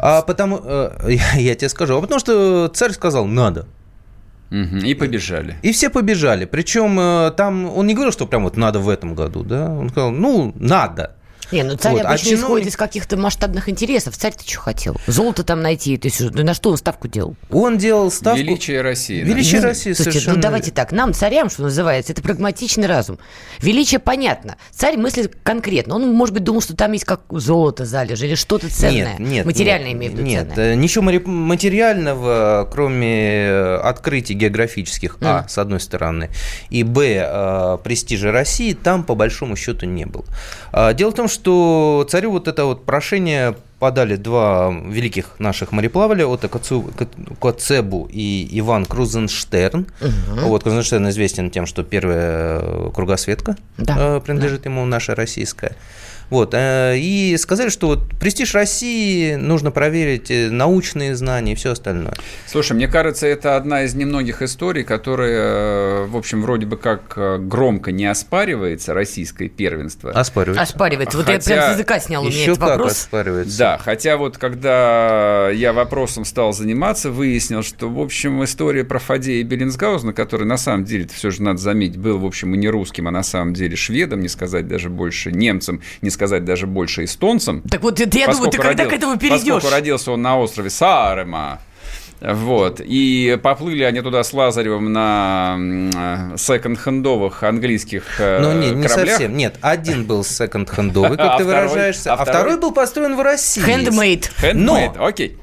Я тебе скажу, потому что царь сказал «надо». И побежали. И все побежали. Причем там он не говорил, что прям вот надо в этом году, да? Он сказал, надо. Царь обычно исходит из каких-то масштабных интересов. Царь-то что хотел? Золото там найти. То есть, на что он ставку делал? Он делал ставку... Величие России. Величие России, совершенно. Давайте так. Нам, царям, что называется, это прагматичный разум. Величие понятно. Царь мыслит конкретно. Он, может быть, думал, что там есть как золото залежи или что-то ценное. Материальное имею в виду ценное. Ничего материального, кроме открытий географических, с одной стороны, и, престижа России, там, по большому счету, не было. Дело в том, что царю вот это вот прошение подали два великих наших мореплавателя, Отто Коцебу и Иван Крузенштерн. Крузенштерн известен тем, что первая кругосветка принадлежит ему, наша российская. И сказали, что престиж России нужно проверить, научные знания и все остальное. Слушай, мне кажется, это одна из немногих историй, которая, в общем, вроде бы как громко не оспаривается, российское первенство. Оспаривается. Вот я прям с языка снял у меня этот вопрос. Оспаривается. Да, хотя когда я вопросом стал заниматься, выяснил, что, в общем, история про Фадея и Беллинсгаузена, который, на самом деле, все же надо заметить, был, в общем, и не русским, а на самом деле шведом, не сказать даже больше немцем, не сказать даже больше эстонцем. Так вот, я думаю, ты когда к этому перейдешь? Поскольку родился он на острове Саарема, и поплыли они туда с Лазаревым на секонд-хендовых английских кораблях. Не совсем. Нет, один был секонд-хендовый, как ты выражаешься, а второй был построен в России. Handmade. Окей.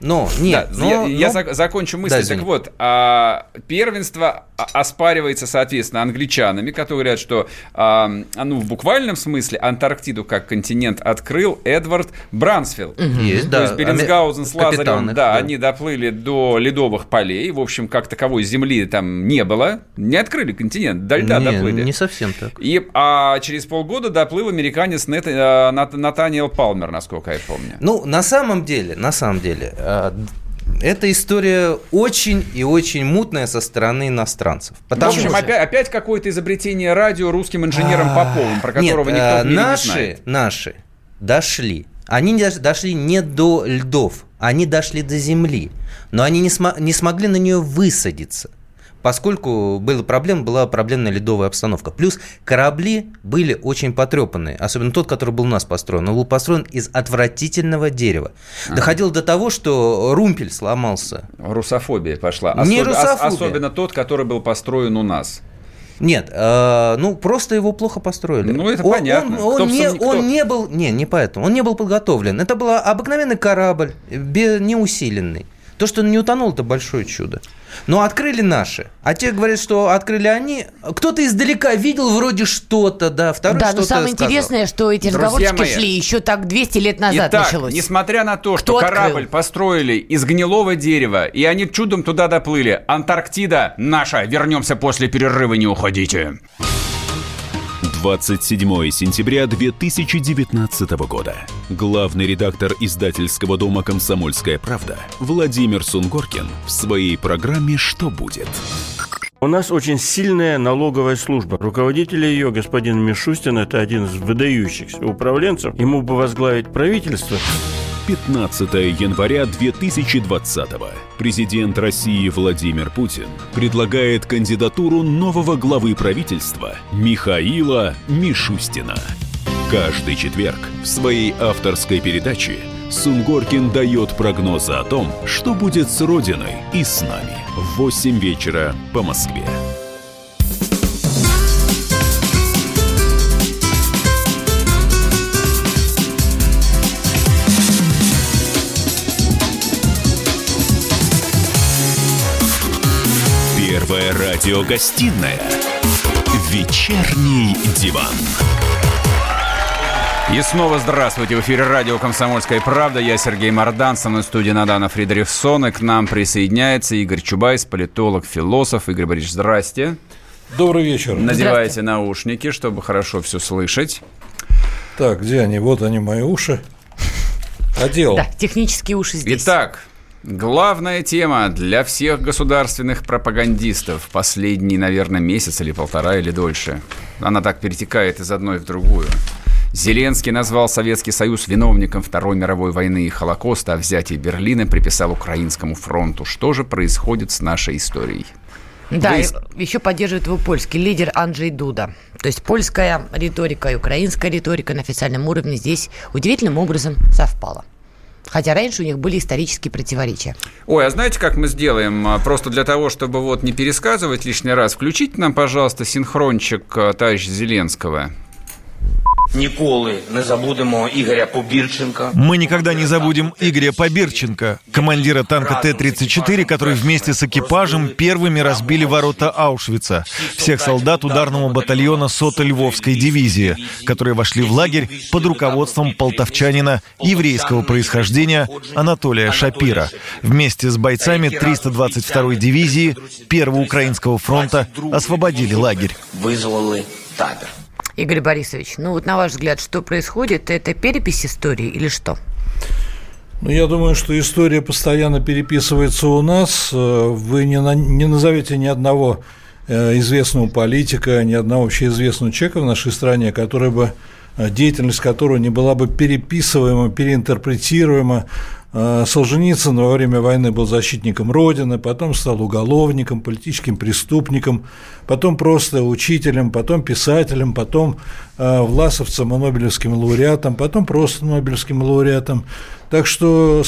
Я закончу мысль. Так вот, первенство оспаривается, соответственно, англичанами, которые говорят, что в буквальном смысле Антарктиду как континент открыл Эдвард Брансфилд. То есть Беллинсгаузен с Лазаревым, они доплыли до ледовых полей, в общем, как таковой земли там не было, не открыли континент, до льда доплыли. Не совсем так. А через полгода доплыл американец Натаниэл Палмер, насколько я помню. На самом деле, эта история очень и очень мутная со стороны иностранцев. В общем, опять какое-то изобретение радио русским инженером Поповым, про которого никто в мире не знает. Наши дошли. Они дошли не до льдов, они дошли до земли. Но они не смогли на нее высадиться, поскольку была проблемная ледовая обстановка. Плюс корабли были очень потрепанные, особенно тот, который был у нас построен. Он был построен из отвратительного дерева. Доходило до того, что румпель сломался. Русофобия пошла. Русофобия. Особенно тот, который был построен у нас. Нет, просто его плохо построили. Это понятно. Он не был, не поэтому, он не был подготовлен. Это был обыкновенный корабль, неусиленный. То, что он не утонул, это большое чудо. Но открыли наши. А те говорят, что открыли они. Кто-то издалека видел вроде что-то, второй что-то но самое сказал. Интересное, что эти разговорчики шли еще так 200 лет назад началось. Несмотря на то, что корабль построили из гнилого дерева, и они чудом туда доплыли, Антарктида наша. Вернемся после перерыва, не уходите. 27 сентября 2019 года. Главный редактор издательского дома «Комсомольская правда» Владимир Сунгоркин в своей программе «Что будет?». У нас очень сильная налоговая служба. Руководитель ее, господин Мишустин, это один из выдающихся управленцев. Ему бы возглавить правительство. 15 января 2020-го. Президент России Владимир Путин предлагает кандидатуру нового главы правительства Михаила Мишустина. Каждый четверг в своей авторской передаче Сунгоркин дает прогнозы о том, что будет с Родиной и с нами. В 8 вечера по Москве. Первая радиогостинная «Вечерний диван». И снова здравствуйте. В эфире радио «Комсомольская правда». Я Сергей Мордан. Со мной в студии Надана Фридрихсон. И к нам присоединяется Игорь Чубайс, политолог, философ. Игорь Борисович, здрасте. Добрый вечер. Надевайте наушники, чтобы хорошо все слышать. Так, где они? Вот они, мои уши. Одел. Да, технические уши здесь. Итак, главная тема для всех государственных пропагандистов последний, наверное, месяц или полтора, или дольше. Она так перетекает из одной в другую. Зеленский назвал Советский Союз виновником Второй мировой войны и Холокоста, а взятие Берлина приписал Украинскому фронту. Что же происходит с нашей историей? Да, еще поддерживает его польский лидер Анджей Дуда. То есть польская риторика и украинская риторика на официальном уровне здесь удивительным образом совпала. Хотя раньше у них были исторические противоречия. Ой, а знаете, как мы сделаем? Просто для того, чтобы вот не пересказывать лишний раз, включите нам, пожалуйста, синхрончик товарища Зеленского. Ніколи не забудемо Игоря Побирченко. Мы никогда не забудем Игоря Побирченко, командира танка Т-34, который вместе с экипажем первыми разбили ворота Аушвица, всех солдат ударного батальона 100-й Львовской дивизии, которые вошли в лагерь под руководством полтавчанина еврейского происхождения Анатолия Шапира. Вместе с бойцами 322-й дивизии Первого Украинского фронта освободили лагерь. Вызвали табор. Игорь Борисович, ну вот на ваш взгляд, что происходит? Это перепись истории или что? Ну, я думаю, что история постоянно переписывается у нас. Вы не назовете ни одного известного политика, ни одного общеизвестного человека в нашей стране, который бы, деятельность которого не была бы переписываема, переинтерпретируема. Солженицын во время войны был защитником Родины, потом стал уголовником, политическим преступником, потом просто учителем, потом писателем, потом власовцем и нобелевским лауреатом, потом просто нобелевским лауреатом. Так что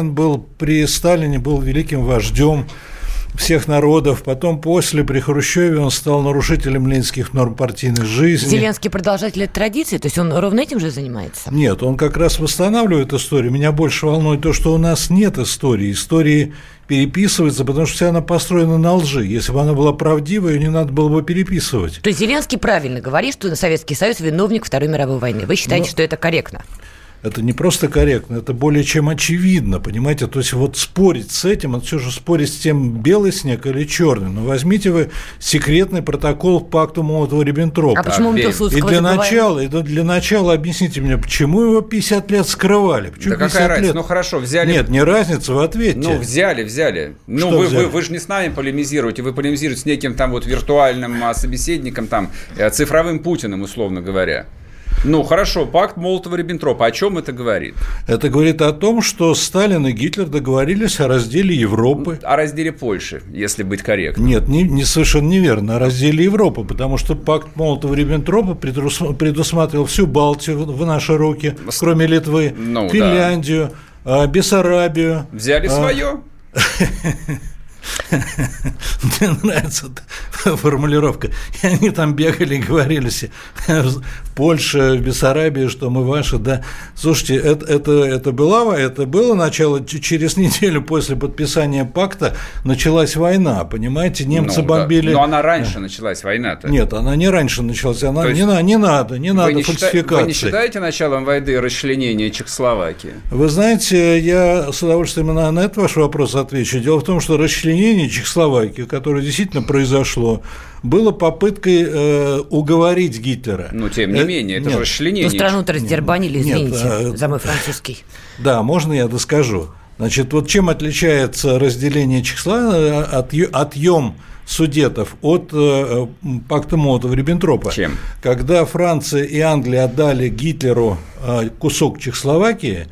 при Сталине был великим вождем всех народов, потом при Хрущеве он стал нарушителем ленинских норм партийной жизни. Зеленский продолжатель этой традиции, то есть он ровно этим же занимается? Нет, он как раз восстанавливает историю. Меня больше волнует то, что у нас нет истории. Истории переписывается, потому что вся она построена на лжи. Если бы она была правдивой, ее не надо было бы переписывать. То есть Зеленский правильно говорит, что Советский Союз виновник Второй мировой войны. Вы считаете, что это корректно? Это не просто корректно, это более чем очевидно, понимаете? То есть вот спорить с этим, это все же спорить с тем, белый снег или черный. Но возьмите вы секретный протокол к пакту Молотова-Риббентропа. А почему мы Пилсудского для начала объясните мне, почему его 50 лет скрывали? Почему да какая разница? Ну хорошо, взяли. Нет, не разница, вы ответьте. Ну взяли. Ну вы же не с нами полемизируете, вы полемизируете с неким там вот виртуальным собеседником, там цифровым Путиным, условно говоря. Ну, хорошо, пакт Молотова-Риббентропа. О чем это говорит? Это говорит о том, что Сталин и Гитлер договорились о разделе Европы. О разделе Польши, если быть корректным. Нет, не совершенно неверно. О разделе Европы, потому что пакт Молотова-Риббентропа предусматривал всю Балтию в наши руки, кроме Литвы, Финляндию, Бессарабию. Взяли свое. Мне нравится формулировка. И они там бегали и говорили себе в Польше, в Бессарабии, что мы ваши, да. Слушайте, это было начало, через неделю после подписания пакта началась война, понимаете, немцы бомбили. Но она раньше началась, война-то. Нет, она не раньше началась, не надо фальсификации. Вы не считаете началом войны расчленения Чехословакии? Вы знаете, я с удовольствием на этот ваш вопрос отвечу. Дело в том, что расчленение Чехословакии, которое действительно произошло, было попыткой уговорить Гитлера. Ну, тем не менее, это же расчленение. Ну, страну-то раздербанили, извините, за мой французский. Да, можно я доскажу? Значит, вот чем отличается разделение Чехословакии, отъем Судетов от пакта Молотова-Риббентропа? Чем? Когда Франция и Англия отдали Гитлеру кусок Чехословакии,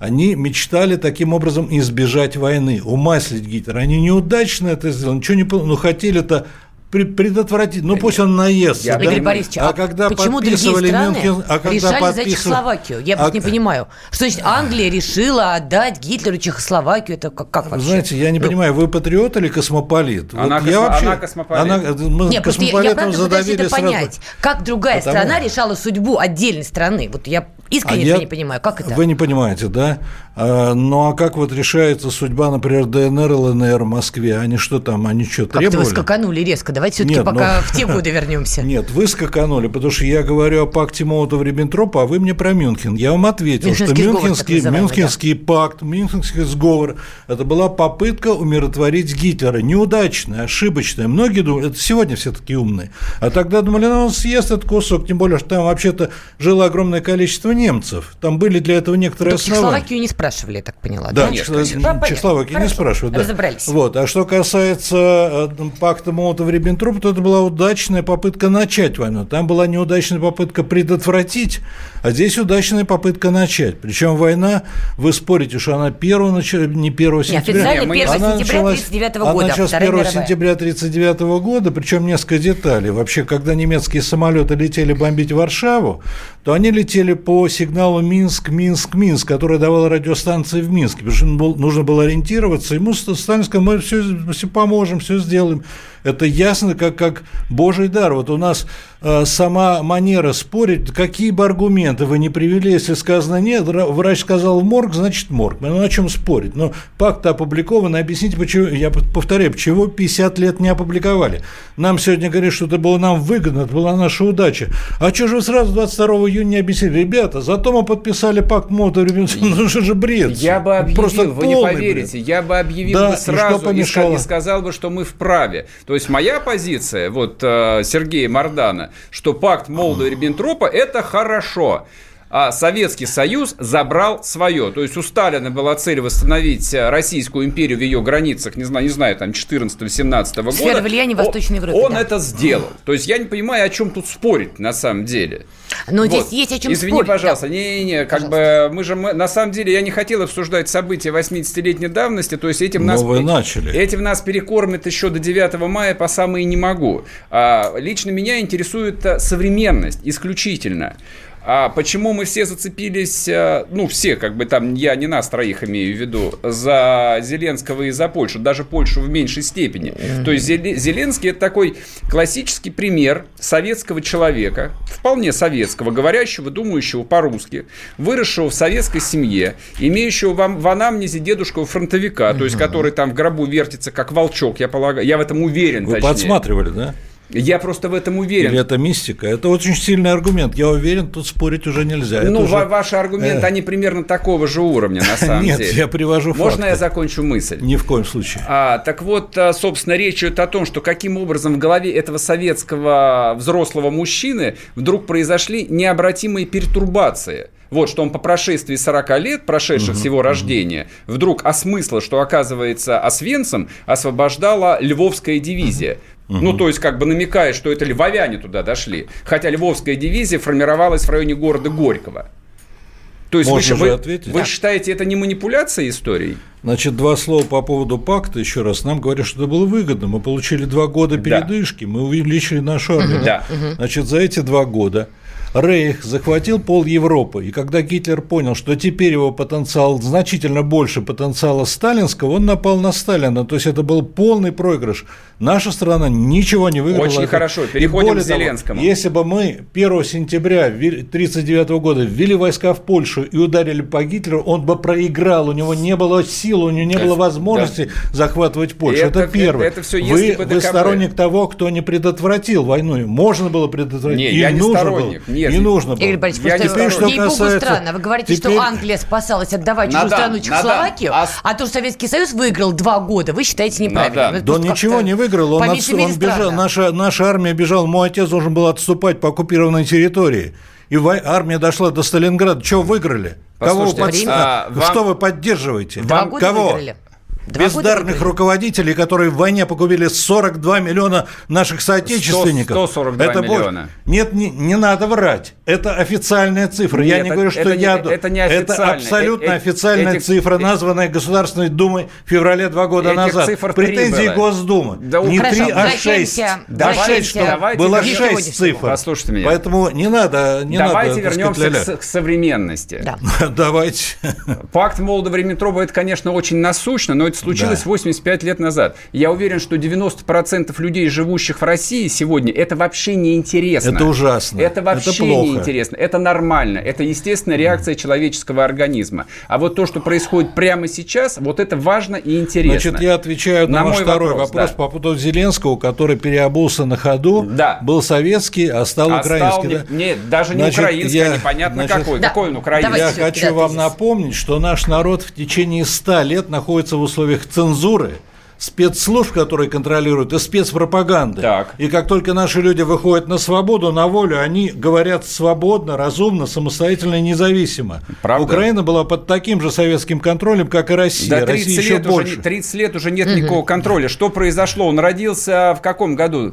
Они мечтали таким образом избежать войны, умаслить Гитлера. Они неудачно это сделали, ничего не хотели-то предотвратить. Ну, пусть он наестся. Игорь Борисович, когда почему другие страны решали за Чехословакию? Я просто не понимаю. Что значит Англия решила отдать Гитлеру Чехословакию? Это как вообще? Знаете, я не понимаю, вы патриот или космополит? Она космополит. Нет, просто я правда пытаюсь это понять. Как другая страна решала судьбу отдельной страны? Вот я искренне не понимаю, как это? Вы не понимаете, да? Ну, а как вот решается судьба, например, ДНР, ЛНР в Москве? Они что там, они что, требовали? Как-то вы скаканули резко. Давайте все-таки пока в те годы вернемся. Нет, вы скаканули, потому что я говорю о пакте Молотова-Риббентропа, а вы мне про Мюнхен. Я вам ответил, что Мюнхенский пакт, Мюнхенский сговор, это была попытка умиротворить Гитлера. Неудачная, ошибочная. Многие думают, это сегодня все такие умные. А тогда думали, он съест этот кусок, тем более, что там вообще-то жило огромное количество немцев. Там были для этого некоторые основания. Чехословакию не спрашивали, я так поняла. Да, Чехословакию не спрашивают. Разобрались. Вот. А что касается пакта Молотова-Риббентропа, то это была удачная попытка начать войну. Там была неудачная попытка предотвратить, а здесь удачная попытка начать. Причем война, вы спорите, что она не 1 сентября. Официально 1 сентября 1939 года. Она сейчас 1 сентября 1939 года, причем несколько деталей. Вообще, когда немецкие самолеты летели бомбить Варшаву, то они летели по сигналу Минск, который давала радиостанция в Минске, потому что нужно было ориентироваться. Ему Сталин сказал, мы все поможем, все сделаем. Это ясно, как божий дар. Вот у нас сама манера спорить, какие бы аргументы вы ни привели, если сказано нет, врач сказал в морг, значит морг. Ну, о чем спорить? Но пакт опубликован, объясните, почему, я повторяю, почему 50 лет не опубликовали. Нам сегодня говорят, что это было нам выгодно, это была наша удача. А что же вы сразу 22 июня не объяснили? Ребята, зато мы подписали пакт Молотова-Риббентропа. Ну, что же бред? Я бы объявил, вы не поверите, бред. Я бы объявил бы сразу и сказал бы, что мы вправе. То есть моя позиция, вот Сергея Мардана, что пакт Молотова-Риббентропа – это хорошо. А Советский Союз забрал свое. То есть у Сталина была цель восстановить Российскую империю в ее границах, не знаю, там 14-17 года. Сфера влияния в Восточной Европе. Он это сделал. То есть я не понимаю, о чем тут спорить на самом деле. Но вот. Здесь есть о чем спорить. Извини, пожалуйста. Да. Мы на самом деле, я не хотел обсуждать события 80-летней давности. То есть этим нас перекормят еще до 9 мая по самые не могу. Лично меня интересует современность исключительно. А почему мы все зацепились, все, я не нас троих имею в виду, за Зеленского и за Польшу, даже Польшу в меньшей степени. То есть Зеленский – это такой классический пример советского человека, вполне советского, говорящего, думающего по-русски, выросшего в советской семье, имеющего в анамнезе дедушку фронтовика, то есть который там в гробу вертится, как волчок, я полагаю, я в этом уверен. Вы подсматривали, да? Я просто в этом уверен. Или это мистика? Это очень сильный аргумент. Я уверен, тут спорить уже нельзя. Ваши аргументы, они примерно такого же уровня, на самом деле. Нет, я привожу факты. Можно я закончу мысль? Ни в коем случае. Так вот, собственно, речь идет о том, что каким образом в голове этого советского взрослого мужчины вдруг произошли необратимые пертурбации. Вот, что он по прошествии 40 лет, прошедших с его рождения, вдруг осмыслил, что, оказывается, Освенцим освобождала Львовская дивизия. То есть, намекает, что это львовяне туда дошли. Хотя Львовская дивизия формировалась в районе города Горького. То есть, вы считаете, это не манипуляция историей? Значит, 2 слова по поводу пакта. Еще раз, нам говорят, что это было выгодно. Мы получили 2 года передышки, мы увеличили нашу армию. Значит, за эти 2 года Рейх захватил пол Европы, и когда Гитлер понял, что теперь его потенциал значительно больше потенциала сталинского, он напал на Сталина, то есть это был полный проигрыш. Наша страна ничего не выиграла. Очень хорошо, переходим к Зеленскому. Если бы мы 1 сентября 1939 года ввели войска в Польшу и ударили по Гитлеру, он бы проиграл, у него не было сил, у него не было возможности захватывать Польшу. Это первое. Это все, вы сторонник того, кто не предотвратил войну. Можно было предотвратить. Нет, я не сторонник. Не нужно было. Игорь Борисович, ей-богу странно. Вы говорите, что Англия спасалась отдавать чужую страну Чехословакию, а то, что Советский Союз выиграл 2 года, вы считаете неправильно. Да он ничего не выиграл, он бежал, наша армия бежала, мой отец должен был отступать по оккупированной территории. И армия дошла до Сталинграда. Что выиграли? Кого что вы поддерживаете? 2 года выиграли. бездарных руководителей, которые в войне погубили 42 миллиона наших соотечественников. 142 миллиона. Нет, не надо врать. Это официальная цифра. Нет, я не говорю, что это не это абсолютно официальная цифра, названная Государственной Думой в феврале 2 года назад. Претензии Госдумы. Не 3, а 6. Было 6 цифр. Послушайте меня. Поэтому не надо. Давайте вернемся к современности. Давайте. Пакт Молотова-Риббентропа, это, конечно, очень насущно, но это случилось 85 лет назад. Я уверен, что 90% людей, живущих в России сегодня, это вообще не интересно. Это ужасно. Это вообще не интересно. Это нормально. Это естественная реакция человеческого организма. А вот то, что происходит прямо сейчас, вот это важно и интересно. Значит, я отвечаю на мой второй вопрос по поводу Зеленского, который переобулся на ходу, был советский, а стал украинский. Нет, даже не украинский, а непонятно какой. Какой он украинский? Я хочу вам напомнить, что наш народ в течение 100 лет находится в условиях цензуры, спецслужб, которые контролируют, и спецпропаганды. Так. И как только наши люди выходят на свободу, на волю, они говорят свободно, разумно, самостоятельно и независимо. Правда? Украина была под таким же советским контролем, как и Россия. Да, 30 Россия еще больше. 30 лет уже нет никакого контроля. Что произошло? Он родился в каком году?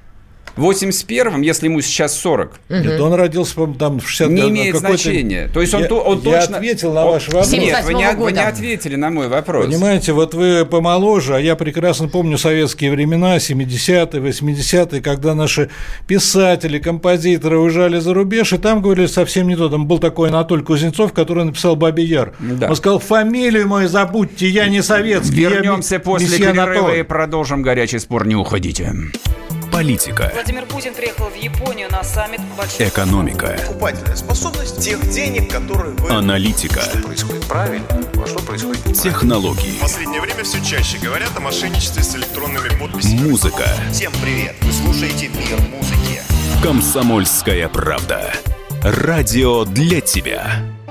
В 81-м, если ему сейчас 40. Нет, он родился, по-моему, там в 60-м. Не имеет значения. То есть он точно... Я ответил на ваш вопрос. Нет, вы не ответили на мой вопрос. Понимаете, вот вы помоложе, а я прекрасно помню советские времена, 70-е, 80-е, когда наши писатели, композиторы уезжали за рубеж, и там говорили совсем не то. Там был такой Анатолий Кузнецов, который написал «Бабий Яр». Да. Он сказал: фамилию мою забудьте, я не советский. Вернемся после перерыва и продолжим горячий спор. Не уходите. Политика. Владимир Путин приехал в Японию на саммит большой... Экономика. Покупательная способность тех денег, которые вы... Аналитика. Что происходит правильно, а что происходит неправильно. Технологии. В последнее время все чаще говорят о мошенничестве с электронными подписями. Музыка. Всем привет, вы слушаете «Мир музыки». Комсомольская правда. Радио для тебя.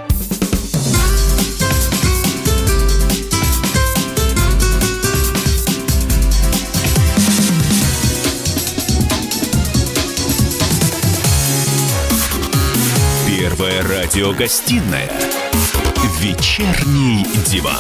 Первая радиогостинная «Вечерний диван».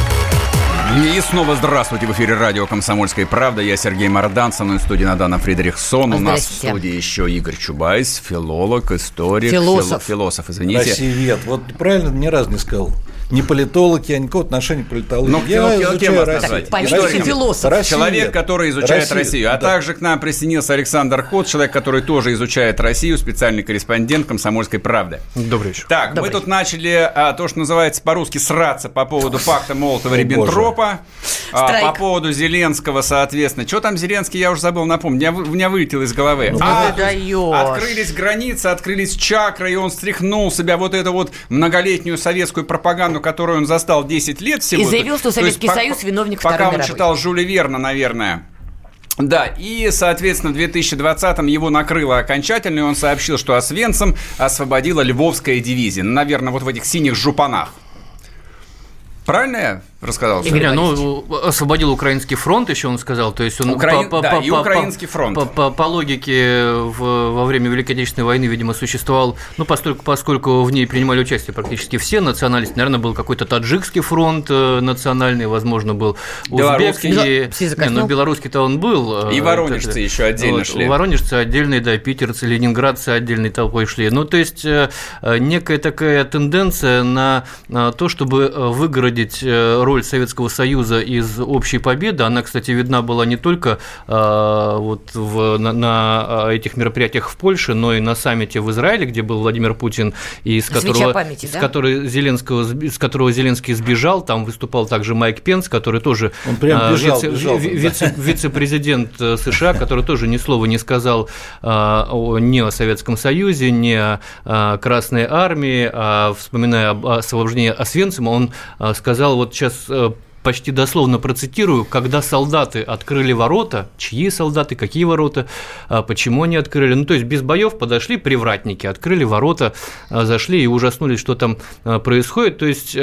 И снова здравствуйте. В эфире радио «Комсомольская правда». Я Сергей Мордан, со мной в студии Надана Фридрихсон. У нас в студии еще Игорь Чубайс, филолог, историк. Философ, извините. Россиевед. Вот правильно ни разу не сказал. Не политолог, я никакого отношения к политологии. Ну, я изучаю Россию. Политик-философ. Человек, который изучает Россию. А также к нам присоединился Александр Кот, человек, который тоже изучает Россию, специальный корреспондент «Комсомольской правды». Добрый вечер. Так, мы тут начали то, что называется по-русски сраться по поводу пакта Молотова-Риббентропа. По поводу Зеленского, соответственно. Что там Зеленский, я уже забыл, напомню. У меня вылетело из головы. Открылись границы, открылись чакры, и он стряхнул себя вот эту вот многолетнюю советскую пропаганду, которую он застал 10 лет всего. И заявил, что Советский Союз виновник Второй мировой. Пока он читал Жюля Верна, наверное. Да, и, соответственно, в 2020-м его накрыло окончательно, и он сообщил, что Освенцим освободила Львовская дивизия. Наверное, вот в этих синих жупанах. Правильно я рассказал? Игорь, освободил Украинский фронт, еще он сказал. То есть он Украинский фронт. По логике во время Великой Отечественной войны, видимо, существовал, поскольку в ней принимали участие практически все национальности. Наверное, был какой-то таджикский фронт национальный, возможно, был узбекский. Но белорусский-то он был. И воронежцы еще отдельно шли. Воронежцы отдельные, да, питерцы, ленинградцы отдельной толпой шли. Ну, то есть некая такая тенденция на то, чтобы выгородить роль Советского Союза из общей победы. Она, кстати, видна была не только на этих мероприятиях в Польше, но и на саммите в Израиле, где был Владимир Путин, и из которого Зеленский сбежал. Там выступал также Майк Пенс, который тоже вице-президент США, который тоже ни слова не сказал ни о Советском Союзе, ни о Красной Армии, вспоминая об освобождении Освенцима, он сказал, вот сейчас почти дословно процитирую: когда солдаты открыли ворота, чьи солдаты, какие ворота, почему они открыли, ну, то есть без боев подошли привратники, открыли ворота, зашли и ужаснулись, что там происходит, то есть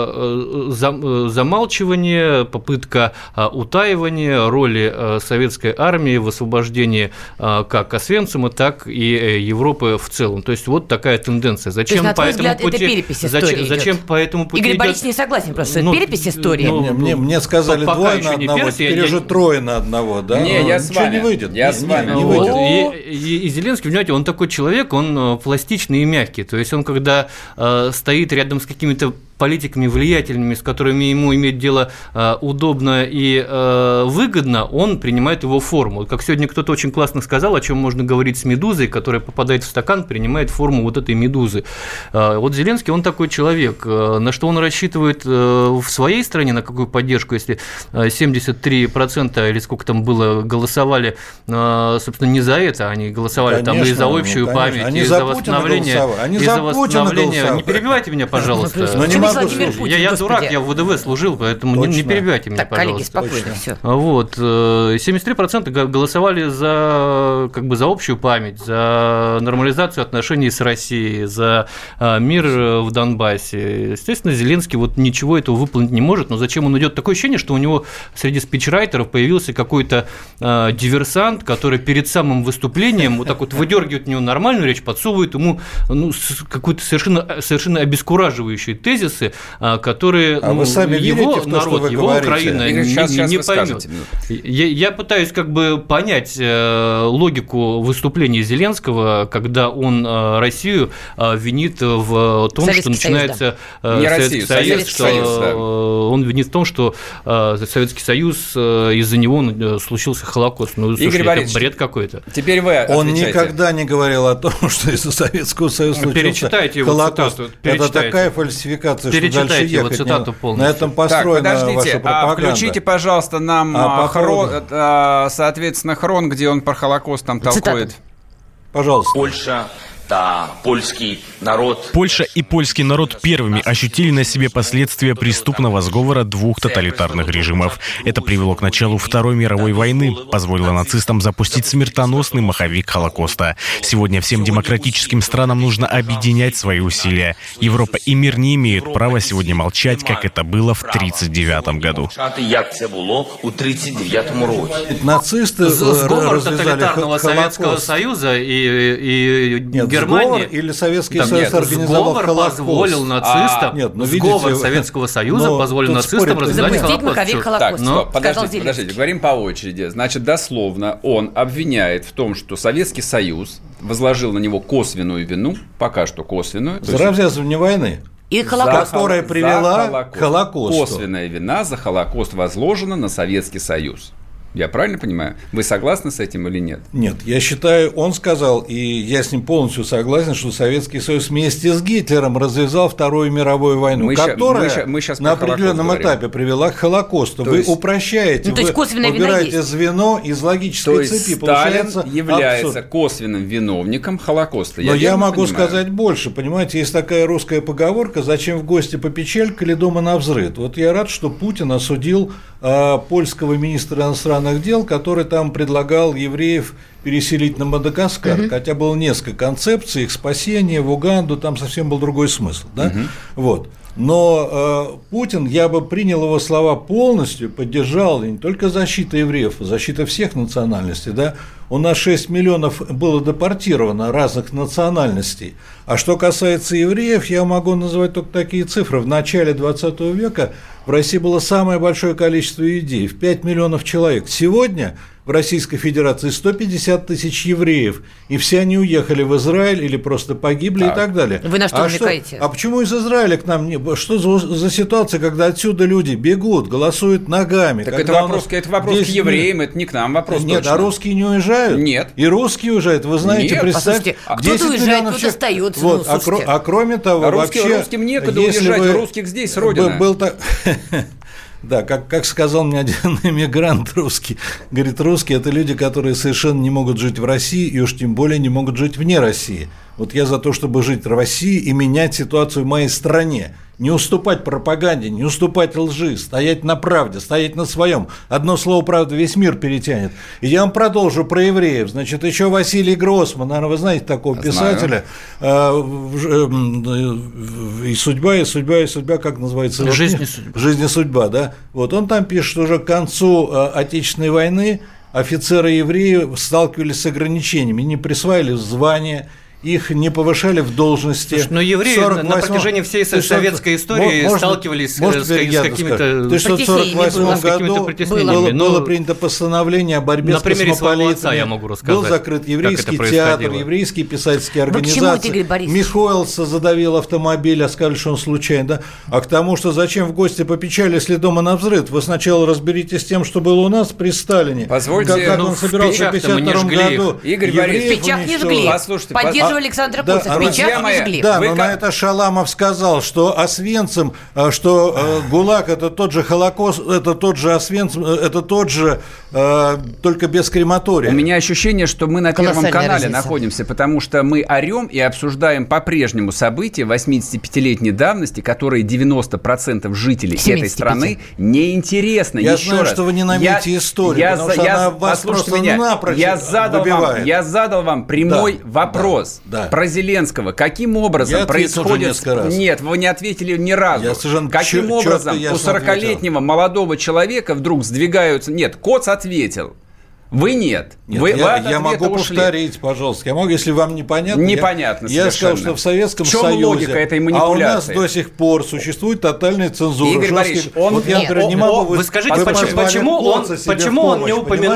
замалчивание, попытка утаивания роли советской армии в освобождении как Освенцима, так и Европы в целом, то есть вот такая тенденция. Зачем по этому пути? Это перепись истории. Зачем по этому пути? Игорь Борисович не согласен просто, что это перепись истории. Мне сказали двое на одного, теперь уже трое на одного, да? Не, я с вами. Не выйдет. Я с вами. Не выйдет. И Зеленский, понимаете, он такой человек, он пластичный и мягкий. То есть он, когда стоит рядом с какими-то политиками влиятельными, с которыми ему иметь дело удобно и выгодно, он принимает его форму. Как сегодня кто-то очень классно сказал, о чем можно говорить с медузой, которая попадает в стакан, принимает форму вот этой медузы. Вот Зеленский, он такой человек. На что он рассчитывает в своей стране, на какую поддержку, если 73% или сколько там было, голосовали, собственно, не за это, они голосовали там и за общую память, они и за восстановление. Они за Путина голосовали. Не перебивайте меня, пожалуйста. Я дурак, я в ВДВ служил, поэтому не перебивайте меня, пожалуйста. Так, коллеги, спокойно, все. Вот. 73% голосовали за общую память, за нормализацию отношений с Россией, за мир в Донбассе. Естественно, Зеленский вот ничего этого выполнить не может, но зачем он идет? Такое ощущение, что у него среди спичрайтеров появился какой-то диверсант, который перед самым выступлением вот так вот выдергивает у него нормальную речь, подсовывает ему какую-то совершенно обескураживающие тезисы, которые вы сами его то, народ, его говорите? Украина не поймет. Я пытаюсь понять логику выступления Зеленского, когда он Россию винит в том, Советский что начинается Советский Союз, он винит в том, что Советский Союз, из-за него случился Холокост. Игорь Борисович, это бред какой-то. Теперь вы отвечайте. Он никогда не говорил о том, что из-за Советского Союза случился Холокост. Это такая фальсификация, что дальше ехать цитату полностью. На этом построена ваша пропаганда. Включите, пожалуйста, нам соответственно, хрон, где он про Холокост там толкует. Пожалуйста. Польша, да, польский народ. Польша и польский народ первыми ощутили на себе последствия преступного сговора двух тоталитарных режимов. Это привело к началу Второй мировой войны, позволило нацистам запустить смертоносный маховик Холокоста. Сегодня всем демократическим странам нужно объединять свои усилия. Европа и мир не имеют права сегодня молчать, как это было в 1939 году. Нацисты сговор тоталитарного Советского Союза и Германия или Советский Союз организовал Холокост. Позволил нацистам, сговор Советского Союза позволил нацистам развязать Холокост. Так, стоп, подождите, говорим по очереди. Значит, дословно он обвиняет в том, что Советский Союз возложил на него косвенную вину, пока что косвенную. За развязывание войны. И Холокост. Которая привела к Холокосту. Косвенная вина за Холокост возложена на Советский Союз. Я правильно понимаю? Вы согласны с этим или нет? Нет, я считаю, он сказал, и я с ним полностью согласен, что Советский Союз вместе с Гитлером развязал Вторую мировую войну, которая на определенном этапе привела к Холокосту. Вы упрощаете, вы убираете звено из логической цепи. Сталин является косвенным виновником Холокоста. Но я могу сказать больше. Понимаете, есть такая русская поговорка: «Зачем в гости по печаль, коли дома навзрыд». Вот я рад, что Путин осудил польского министра иностранных дел, который там предлагал евреев переселить на Мадагаскар, хотя было несколько концепций их спасения в Уганду, там совсем был другой смысл, да? Вот. Но Путин, я бы принял его слова полностью, поддержал, и не только защита евреев, а защита всех национальностей, да? У нас 6 миллионов было депортировано разных национальностей. А что касается евреев, я могу называть только такие цифры. В начале 20 века в России было самое большое количество иудеев – 5 миллионов человек. Сегодня в Российской Федерации 150 тысяч евреев, и все они уехали в Израиль или просто погибли и так далее. Вы на что намекаете? А почему из Израиля к нам не... Что за ситуация, когда отсюда люди бегут, голосуют ногами? Так это вопрос к евреям, это не к нам вопрос. Нет, точно. А русские не уезжают? Нет. И русские уезжают, вы знаете, представьте, кто-то уезжает, кто-то остается. Вот, а кроме того, вообще... Русским некуда уезжать, у русских здесь родина. Да, как сказал мне один иммигрант русский, говорит, русские – это люди, которые совершенно не могут жить в России, и уж тем более не могут жить вне России. Вот я за то, чтобы жить в России и менять ситуацию в моей стране. Не уступать пропаганде, не уступать лжи, стоять на правде, стоять на своем. Одно слово «правда» весь мир перетянет. И я вам продолжу про евреев. Значит, еще Василий Гроссман, наверное, вы знаете такого писателя. И судьба, как называется? «Жизнь и судьба». «Жизнь и судьба», да. Вот он там пишет, что уже к концу Отечественной войны офицеры евреи сталкивались с ограничениями, не присваивали звания, их не повышали в должности. Слушай, но евреи на протяжении всей советской истории сталкивались с какими-то... Ты что, в 1948 году было принято постановление о борьбе с космополитами. Был закрыт еврейский театр, еврейские писательские организации. Михоэлса задавил автомобиль, а сказали, что он случайно. Да? А к тому, что зачем в гости по печали, если дома на взрыв? Вы сначала разберитесь с тем, что было у нас при Сталине. Позвольте, как он собирался в 1952 году. Игорь Борисович, в печах не жгли. Поддерживали Александра Коца. В печах не жгли. Да, но на это Шаламов сказал, что Освенцим, что ГУЛАГ — это тот же Холокост, это тот же Освенцим, это тот же, только без крематория. У меня ощущение, что мы на Первом канале находимся, потому что мы орем и обсуждаем по-прежнему события 85-летней давности, которые 90% жителей этой страны неинтересны. Я знаю, что вы ненавидите историю, потому что она вас просто напрочь выбивает. Я задал вам прямой вопрос про Зеленского. Каким образом происходит... Нет, вы не ответили ни разу. Каким образом у 40-летнего молодого человека вдруг сдвигаются... Нет, Коц ответил. Вы нет. Я могу повторить, пожалуйста. Я могу, если вам непонятно. Непонятно я сказал, что в Советском Союзе, логика этой манипуляции? А у нас до сих пор существует тотальная цензура. Игорь Борисович, вы скажите, почему он не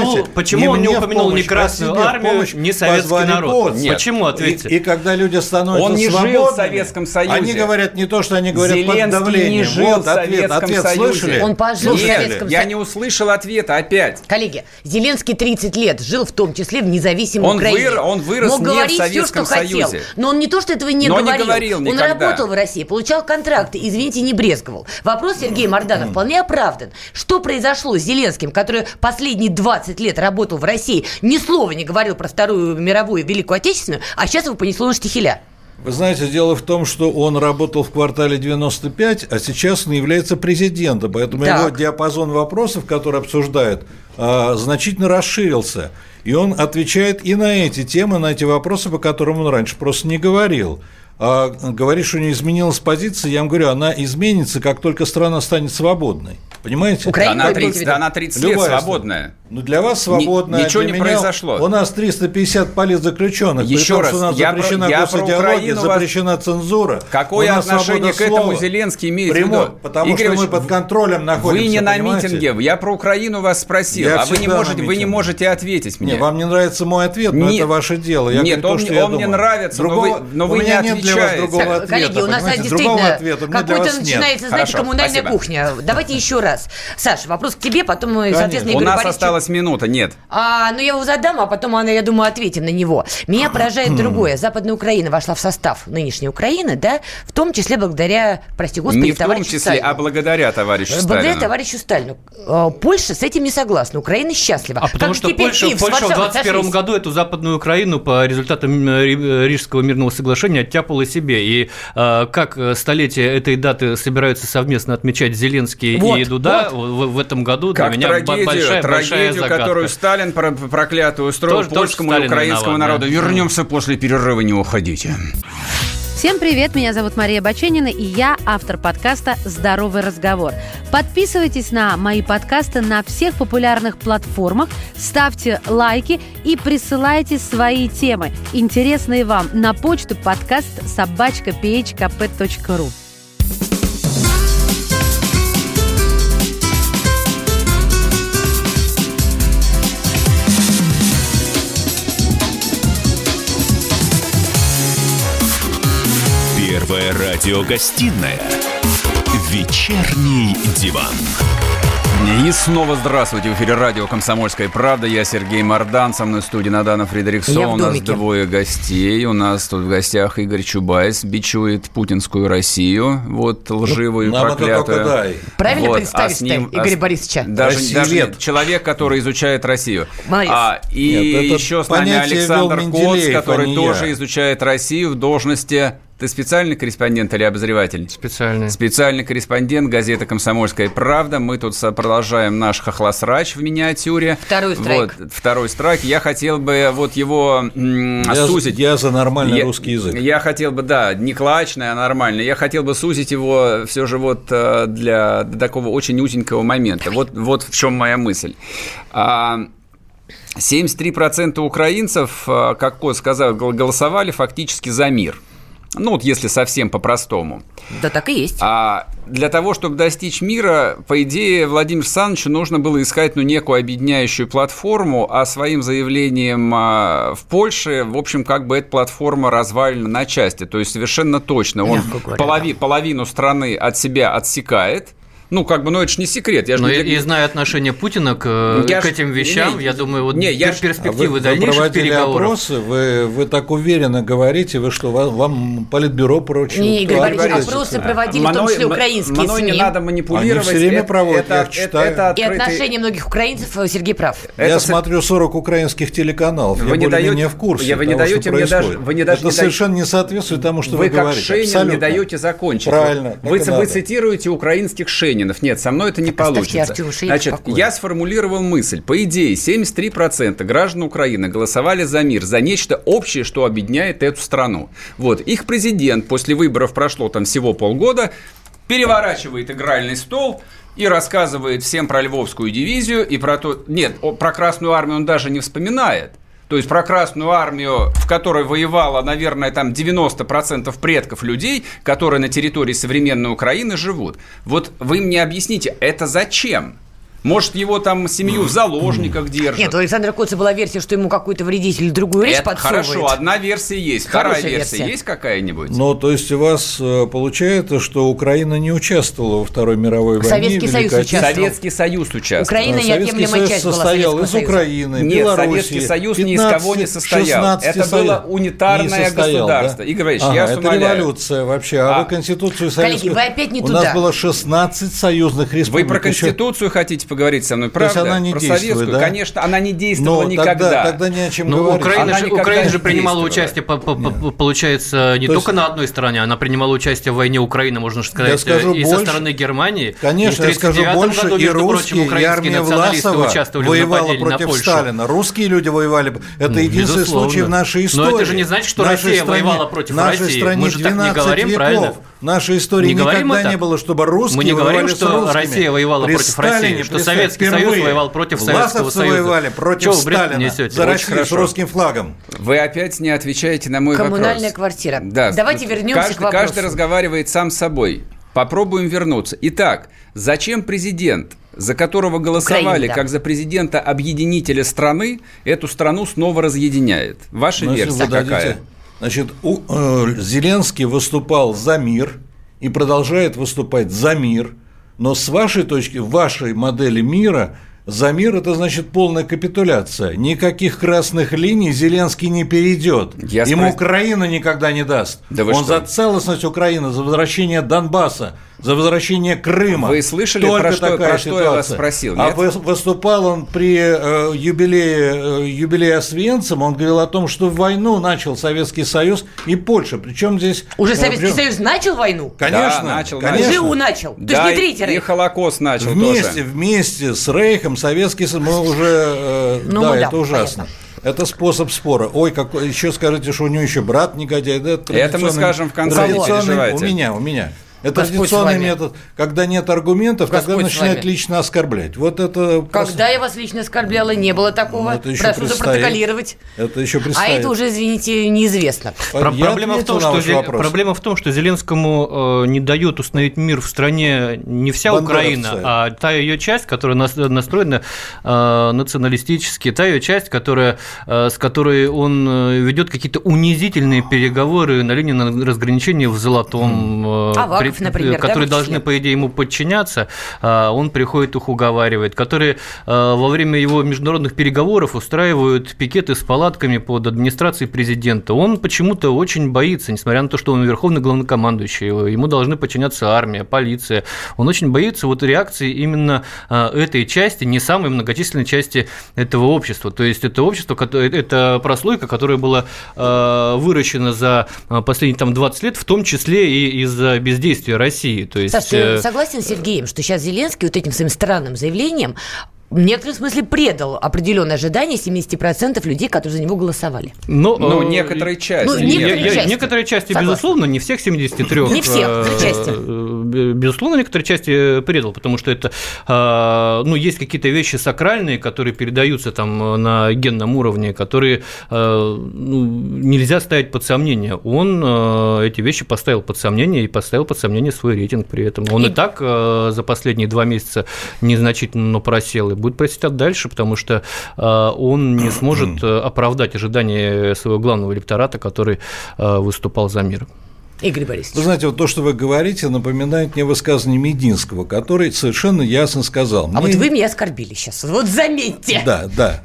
упомянул ни Красную Армию, ни советский народ? Почему, ответьте? И когда люди становятся свободными... Он не жил в Советском Союзе. Они говорят не то, что они говорят под давлением. Не жил в Советском Союзе. Слышали? Он пожил в Советском Союзе. Я не услышал ответа опять. Коллеги, Зеленский 30 лет жил в том числе в независимой Украине. Он вырос мог не говорить в Советском все, что Союзе. хотел. Но он не то, что этого не говорил. Он работал в России, получал контракты, извините, не брезговал. Вопрос Сергея Мардана вполне оправдан. Что произошло с Зеленским, который последние 20 лет работал в России, ни слова не говорил про Вторую мировую и Великую Отечественную, а сейчас его понесло на штихеля? Вы знаете, дело в том, что он работал в квартале 95, а сейчас он является президентом, поэтому его диапазон вопросов, которые обсуждают, значительно расширился. И он отвечает и на эти темы, на эти вопросы, по которым он раньше просто не говорил. А говорит, что не изменилась позиция, я вам говорю, она изменится, как только страна станет свободной. Понимаете? Украина, она 30 лет свободная. Ну, для вас свободная. Ничего не произошло. У нас 350 политзаключенных. Еще раз, у нас запрещена госидеология, запрещена цензура. Какое отношение к этому Зеленский имеет в виду? Потому что мы под контролем находимся. Вы не на митинге. Я про Украину вас спросил, а вы не можете ответить мне. Нет, вам не нравится мой ответ, но это ваше дело. Нет, он мне нравится, но вы не отвечаете. Коллеги, у нас действительно какой-то начинается, знаете, коммунальная кухня. Давайте еще раз. Саша, вопрос к тебе, потом мы, соответственно, Игорь Борисович... У нас осталась минута, нет. Ну, я его задам, а потом, я думаю, ответим на него. Меня поражает другое. Западная Украина вошла в состав нынешней Украины, да, в том числе благодаря, прости господи, товарищу Сталину. Не в том числе, а благодаря товарищу Сталину. Благодаря товарищу Сталину. Польша с этим не согласна. Украина счастлива. Потому что Польша в 21 году эту Западную Украину по результатам Рижского мирного соглашения оттяпала себе. И как столетие этой даты собираются совместно отмечать Зеленский и Дуда в этом году, как для меня большая загадка. Которую Сталин проклятую устроил польскому и украинскому народу. Вернемся после перерыва, не уходите. Всем привет, меня зовут Мария Баченина, и я автор подкаста «Здоровый разговор». Подписывайтесь на мои подкасты на всех популярных платформах, ставьте лайки и присылайте свои темы, интересные вам, на почту podcast@phkp.ru. Первая радиогостинная «Вечерний диван». И снова здравствуйте. В эфире радио «Комсомольская правда». Я Сергей Мордан. Со мной в студии Надана Фридрихсон. У нас двое гостей. У нас тут в гостях Игорь Чубайс. Бичует путинскую Россию. Вот лживую, проклятую. Правильно представить Игоря Борисовича? Даже человек, который изучает Россию. И еще с нами Александр Коц, который тоже изучает Россию в должности... Ты специальный корреспондент или обозреватель? Специальный. Специальный корреспондент газеты «Комсомольская правда». Мы тут продолжаем наш хохлосрач в миниатюре. Второй страйк. Я хотел бы его сузить. Я за нормальный русский язык. Я хотел бы, не клачный, а нормальный. Я хотел бы сузить его все же для такого очень узенького момента. Вот в чем моя мысль. 73% украинцев, как Кот сказал, голосовали фактически за мир. Ну, вот если совсем по-простому. Да, так и есть. А для того, чтобы достичь мира, по идее, Владимиру Александровичу нужно было искать, некую объединяющую платформу, а своим заявлением в Польше, в общем, как бы эта платформа развалена на части. То есть, совершенно точно он половину страны от себя отсекает. Это же не секрет. И зная отношение Путина к этим вещам, я думаю, перспективы дальнейших переговоров. Вы так уверенно говорите, вы что, вам Политбюро поручило? Не говорите, опросы проводили, в том числе украинские СМИ. Не надо манипулировать. Они все время проводят, я их читаю. И отношение многих украинцев, Сергей прав. Я смотрю 40 украинских телеканалов, я более-менее в курсе того, что происходит. Это совершенно не соответствует тому, что вы говорите. Вы как Шенин не даете закончить. Правильно. Вы цитируете украинских Шенинов. Нет, со мной это не получится. Значит, я сформулировал мысль. По идее, 73% граждан Украины голосовали за мир, за нечто общее, что объединяет эту страну. Вот. Их президент, после выборов прошло всего полгода, переворачивает игральный стол и рассказывает всем про Львовскую дивизию и про то... Нет, про Красную армию он даже не вспоминает. То есть про Красную армию, в которой воевало, наверное, 90% предков людей, которые на территории современной Украины живут. Вот вы мне объясните, это зачем? Может, его семью в заложниках держат? Нет, у Александра Коца была версия, что ему какой-то вредитель другую речь подсовывает. Хорошо, одна версия есть. Вторая версия есть какая-нибудь? То есть у вас получается, что Украина не участвовала во Второй мировой войне? Советский Союз участвовал. Советский Союз участвовал. Украина неотъемлемая часть была состоял из Украины, Нет, Белоруссии. Советский Союз ни из кого не состоял. Это было унитарное государство. Да? Игорь Ильич, я это революция вообще. А вы Конституцию Советского... Коллеги, вы опять не туда. У нас было 16 союзных республик. Вы про Конституцию хотите поговорить со мной, правда? То есть она не действует, советскую, да? Конечно, она не действовала никогда. Тогда не о чем говорить. Украина же принимала участие, получается, не только на одной стороне, она принимала участие в войне Украины, можно сказать, и со стороны Германии. Конечно, я скажу больше, и русские, и армия Власова воевала против Сталина. Русские люди воевали. Это единственный случай в нашей истории. Но это же не значит, что Россия воевала против России. Мы же так не говорим, правильно? В нашей истории никогда не было, чтобы русские воевали с русскими. Мы не говорим, что Россия воевала против России, что Советский Союз воевал против Советского Союза. воевали против Сталина за Россию с русским флагом. Вы опять не отвечаете на мой вопрос. Коммунальная квартира. Да. Давайте вернемся к вопросу. Каждый разговаривает сам с собой. Попробуем вернуться. Итак, зачем президент, за которого голосовали как за президента-объединителя страны, эту страну снова разъединяет? Ваша версия какая? Значит, Зеленский выступал за мир и продолжает выступать за мир, но с вашей точки, в вашей модели мира, за мир – это значит полная капитуляция. Никаких красных линий Зеленский не перейдет. Ему Украина никогда не даст. Он за целостность Украины, за возвращение Донбасса, за возвращение Крыма. Вы слышали, про что я вас спросил? Нет? А выступал он при юбилее Освенцима, он говорил о том, что войну начал Советский Союз и Польша. Причем здесь... Уже Советский Союз начал войну? Конечно. Да, начал. ЖУ начал. То есть не третий рейх. И Холокост начал Вместе с Рейхом Советский Союз, мы уже... это ужасно. Понятно. Это способ спора. Ой, еще скажите, что у него еще брат негодяй. Это мы скажем в конце, не переживайте. У меня. Это традиционный метод, когда нет аргументов, когда начинают лично оскорблять. Вот это когда я вас лично оскорбляла, не было такого. Прошу запротоколировать. Это еще предстоит. А это уже, извините, неизвестно. Проблема в том, что Зеленскому не дает установить мир в стране не вся Украина, а та ее часть, которая настроена националистически, та ее часть, с которой он ведет какие-то унизительные переговоры на линии разграничения в Золотом. Например, которые должны, по идее, ему подчиняться, он приходит, их уговаривает, которые во время его международных переговоров устраивают пикеты с палатками под администрацией президента. Он почему-то очень боится, несмотря на то, что он верховный главнокомандующий, ему должны подчиняться армия, полиция. Он очень боится реакции именно этой части, не самой многочисленной части этого общества. То есть это общество, это прослойка, которая была выращена за последние 20 лет, в том числе и из-за бездействия России. То есть... Саш, ты согласен с Сергеем, что сейчас Зеленский этим своим странным заявлением в некотором смысле предал определенное ожидание 70% людей, которые за него голосовали. Некоторые части. Некоторые части, безусловно, не всех 73. Не всех части. Безусловно, некоторые части предал, потому что это, есть какие-то вещи сакральные, которые передаются там на генном уровне, которые нельзя ставить под сомнение. Он эти вещи поставил под сомнение и поставил под сомнение свой рейтинг при этом. Он и так за последние 2 месяца незначительно просел и будет просить дальше, потому что он не сможет оправдать ожидания своего главного электората, который выступал за мир. Игорь Борисович. Вы знаете, вот то, что вы говорите, напоминает мне высказывание Мединского, который совершенно ясно сказал. Вот вы меня оскорбили сейчас, вот заметьте. Да.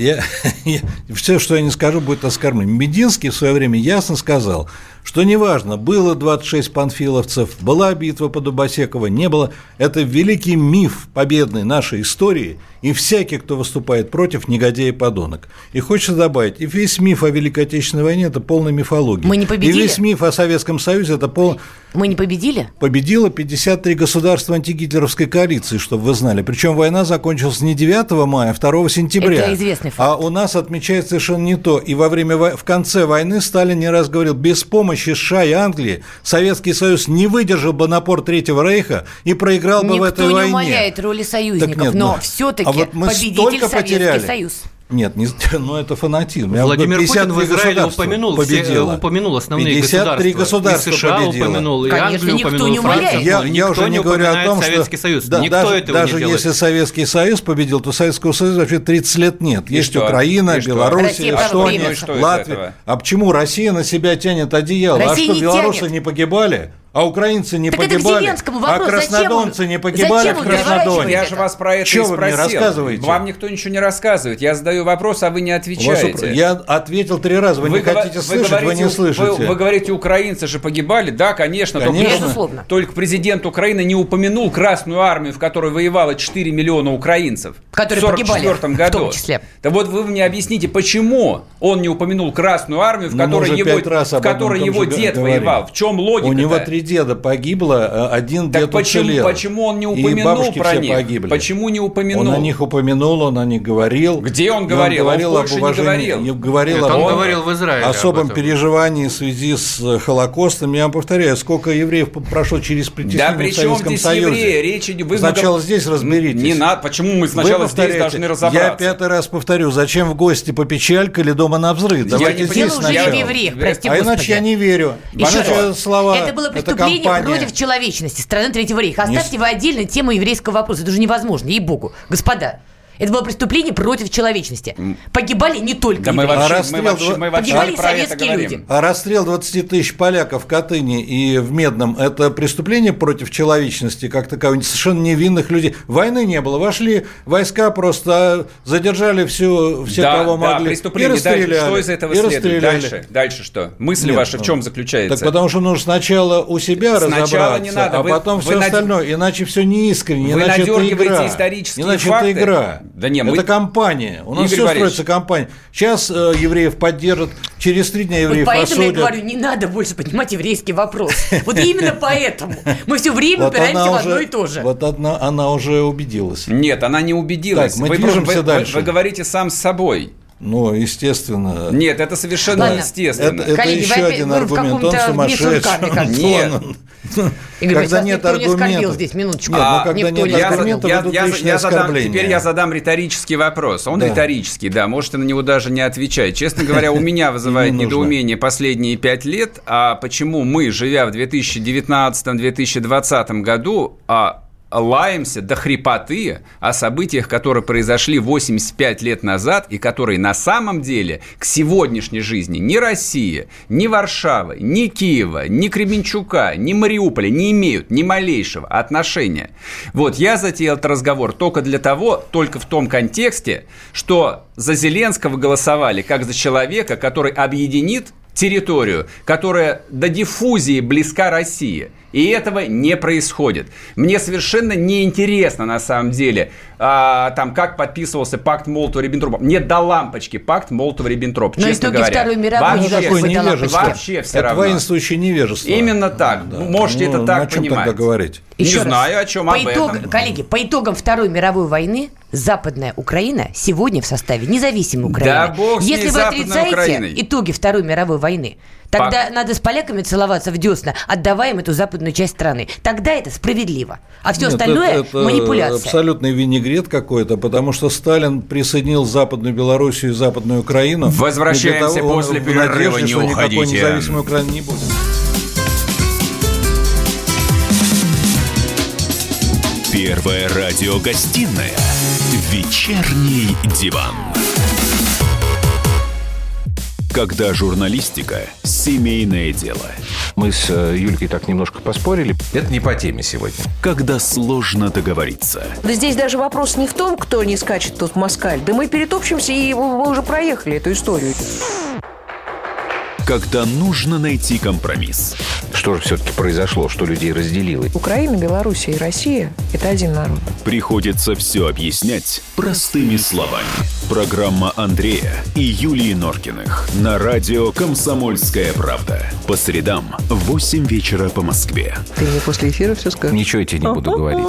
Все, что я не скажу, будет оскорблением. Мединский в свое время ясно сказал, что неважно, было 26 панфиловцев, была битва под Дубосеково, не было. Это великий миф победной нашей истории, и всякий, кто выступает против, негодяй и подонок. И хочется добавить, и весь миф о Великой Отечественной войне – это полная мифология. Мы не победили. И весь миф о Советском Союзе – это Мы не победили? Победило 53 государства антигитлеровской коалиции, чтобы вы знали. Причем война закончилась не 9 мая, а 2 сентября. Это известный факт. А у нас отмечается совершенно не то. И в конце войны Сталин не раз говорил, без помощи США и Англии Советский Союз не выдержал бы напор Третьего Рейха и проиграл бы в этой войне. Никто не умаляет роли союзников, но все-таки победитель Советский Союз. Нет, это фанатизм. Владимир Путин в Израиле упомянул основные 53 государства. И США упомянул, и Конечно, Англию упомянул, не Францию. Я уже не говорю о том, Советский Союз. Да, даже если Советский Союз победил, то Советского Союза вообще 30 лет нет. Есть Украина, Беларусь, Эстония, Латвия. А почему Россия на себя тянет одеяло? А что, белорусы не погибали? А украинцы не погибали, а краснодонцы не погибали в Краснодоне. Я же вас про это и спросил. Что вы мне рассказываете? Вам никто ничего не рассказывает. Я задаю вопрос, а вы не отвечаете. Я ответил 3 раза. Вы не хотите слышать, вы не слышите. Вы говорите, украинцы же погибали. Да, конечно. Безусловно. Только президент Украины не упомянул Красную армию, в которой воевало 4 миллиона украинцев. Которые в 1944 году. В том числе. Да вот вы мне объясните, почему он не упомянул Красную армию, в которой его дед воевал. В чем логика-то? У него 3 деда погибло, один дед уцелел. Почему он не упомянул про них? Погибли. Почему не упомянул? Он о них упомянул, он о них говорил. Где он говорил? Он в Польше не говорил. Он говорил в Израиле. О особом переживании в связи с Холокостом. Я вам повторяю, сколько евреев прошло через притеснение в Советском Союзе. Сначала здесь разберитесь. Не надо. Почему мы сначала здесь должны разобраться? Я 5-й раз повторю. Зачем в гости попечаль, или дома на взрыв? Давайте здесь сначала. А иначе я не верю. Это было преступление против человечности страны Третьего Рейха. Оставьте вы отдельно тему еврейского вопроса. Это уже невозможно, ей-богу. Господа, это было преступление против человечности. Погибали не только евреи. Погибали советские люди. А расстрел 20 тысяч поляков в Катыни и в Медном – это преступление против человечности, как таковое, совершенно невинных людей. Войны не было. Вошли войска, просто задержали все, кого могли. Преступление. И расстреляли. Что из этого следует? Дальше что? Мысли ваши в чем заключаются? Так потому что нужно сначала у себя разобраться, не надо. А потом все остальное. Иначе все неискренне. Вы надергиваете исторические факты. Иначе это игра. Да не, это компания. У нас все строится компания. Сейчас евреев поддержат, через 3 дня евреев осудят. Поэтому я говорю, не надо больше поднимать еврейский вопрос. Вот именно поэтому. Мы все время упираемся в одно и то же. Вот она уже убедилась. Нет, она не убедилась. Так, мы движемся дальше. Вы говорите сам с собой. Ну, естественно. Нет, это совершенно естественно. Это коллеги, еще один аргумент. Он сумасшедший. Нет. Когда нет аргументов. Здесь, минуточку. Когда нет аргументов, идут личные оскорбления. Теперь я задам риторический вопрос. Он риторический, да, можете на него даже не отвечать. Честно говоря, у меня вызывает недоумение последние 5 лет, а почему мы, живя в 2019-2020 году, лаемся до хрипоты о событиях, которые произошли 85 лет назад и которые на самом деле к сегодняшней жизни ни Россия, ни Варшава, ни Киева, ни Кременчука, ни Мариуполя не имеют ни малейшего отношения. Вот я затеял этот разговор только в том контексте, что за Зеленского голосовали как за человека, который объединит территорию, которая до диффузии близка России. И этого не происходит. Мне совершенно неинтересно, на самом деле, как подписывался пакт Молотова-Риббентропа. Мне до лампочки пакт Молотова-Риббентропа, честно говоря. Второй мировой вообще все равно. Это воинствующее невежество. Именно так. Можете это так понимать. О чем тогда говорить? Еще не знаю, о чем об этом. Коллеги, по итогам Второй мировой войны Западная Украина сегодня в составе независимой Украины. Да бог с ней, Если вы отрицаете Украиной. итоги Второй мировой войны, тогда надо с поляками целоваться в десна, отдавая им эту западную часть страны. Тогда это справедливо. А все остальное – манипуляция. Это абсолютный винегрет какой-то, потому что Сталин присоединил Западную Белоруссию и Западную Украину. Возвращаемся после перерыва, не уходите. Никакой независимой Украины не будет. Первая радиогостинная «Вечерний диван». Когда журналистика – семейное дело. Мы с Юлькой так немножко поспорили. Это не по теме сегодня. Когда сложно договориться. Да здесь даже вопрос не в том, кто не скачет тут москаль. Да мы перетопчемся, и мы уже проехали эту историю. Когда нужно найти компромисс. Что же все-таки произошло, что людей разделило? Украина, Белоруссия и Россия – это один народ. Приходится все объяснять простыми словами. Программа Андрея и Юлии Норкиных на радио «Комсомольская правда». По средам в 8 вечера по Москве. Ты мне после эфира все скажешь? Ничего я тебе не буду говорить.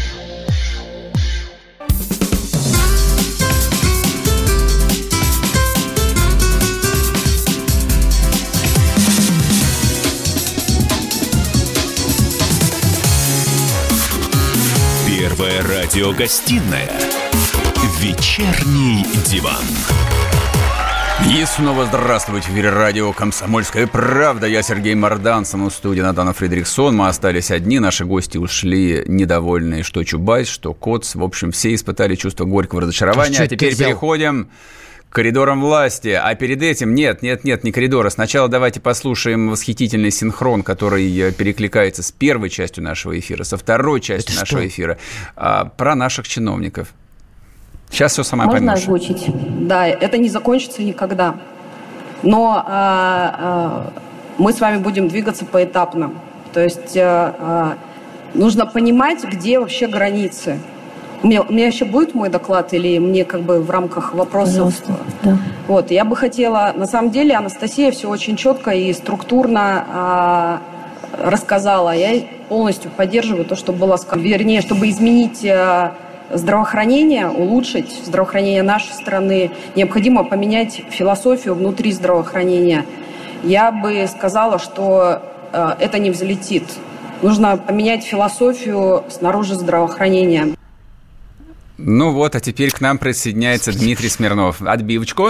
Первая радиогостинная «Вечерний диван». И снова здравствуйте. В эфире радио «Комсомольская правда». Я Сергей Мордан, со мной в студии Натана Фридрихсон. Мы остались одни, наши гости ушли недовольные, что Чубайс, что Коц. В общем, все испытали чувство горького разочарования. А теперь переходим к коридорам власти. А перед этим, нет, не коридоры. Сначала давайте послушаем восхитительный синхрон, который перекликается с первой частью нашего эфира, со второй частью нашего эфира, про наших чиновников. Сейчас все сама поймешь. Можно озвучить? Да, это не закончится никогда. Но мы с вами будем двигаться поэтапно. То есть нужно понимать, где вообще границы. У меня еще будет мой доклад или мне как бы в рамках вопросов? Да. Вот, я бы хотела, на самом деле, Анастасия все очень четко и структурно рассказала. Я полностью поддерживаю то, что было сказано. Вернее, чтобы изменить здравоохранение, улучшить здравоохранение нашей страны, необходимо поменять философию внутри здравоохранения. Я бы сказала, что это не взлетит. Нужно поменять философию снаружи здравоохранения. Ну вот, а теперь к нам присоединяется Дмитрий Смирнов. Отбивочку.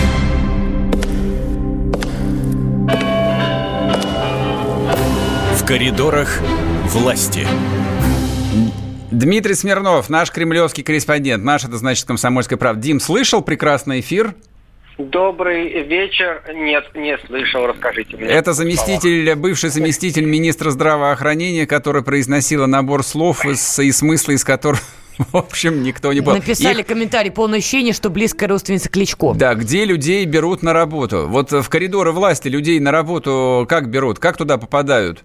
В коридорах власти. Дмитрий Смирнов, наш кремлевский корреспондент. Наш, это значит «Комсомольская правда». Дим, слышал прекрасный эфир? Добрый вечер. Нет, не слышал. Расскажите мне. Это бывший заместитель министра здравоохранения, который произносила набор слов и смысла из которых, в общем, никто не понял. Написали комментарий, полное ощущение, что близкая родственница Кличко. Да, где людей берут на работу? Вот в коридоры власти людей на работу как берут? Как туда попадают?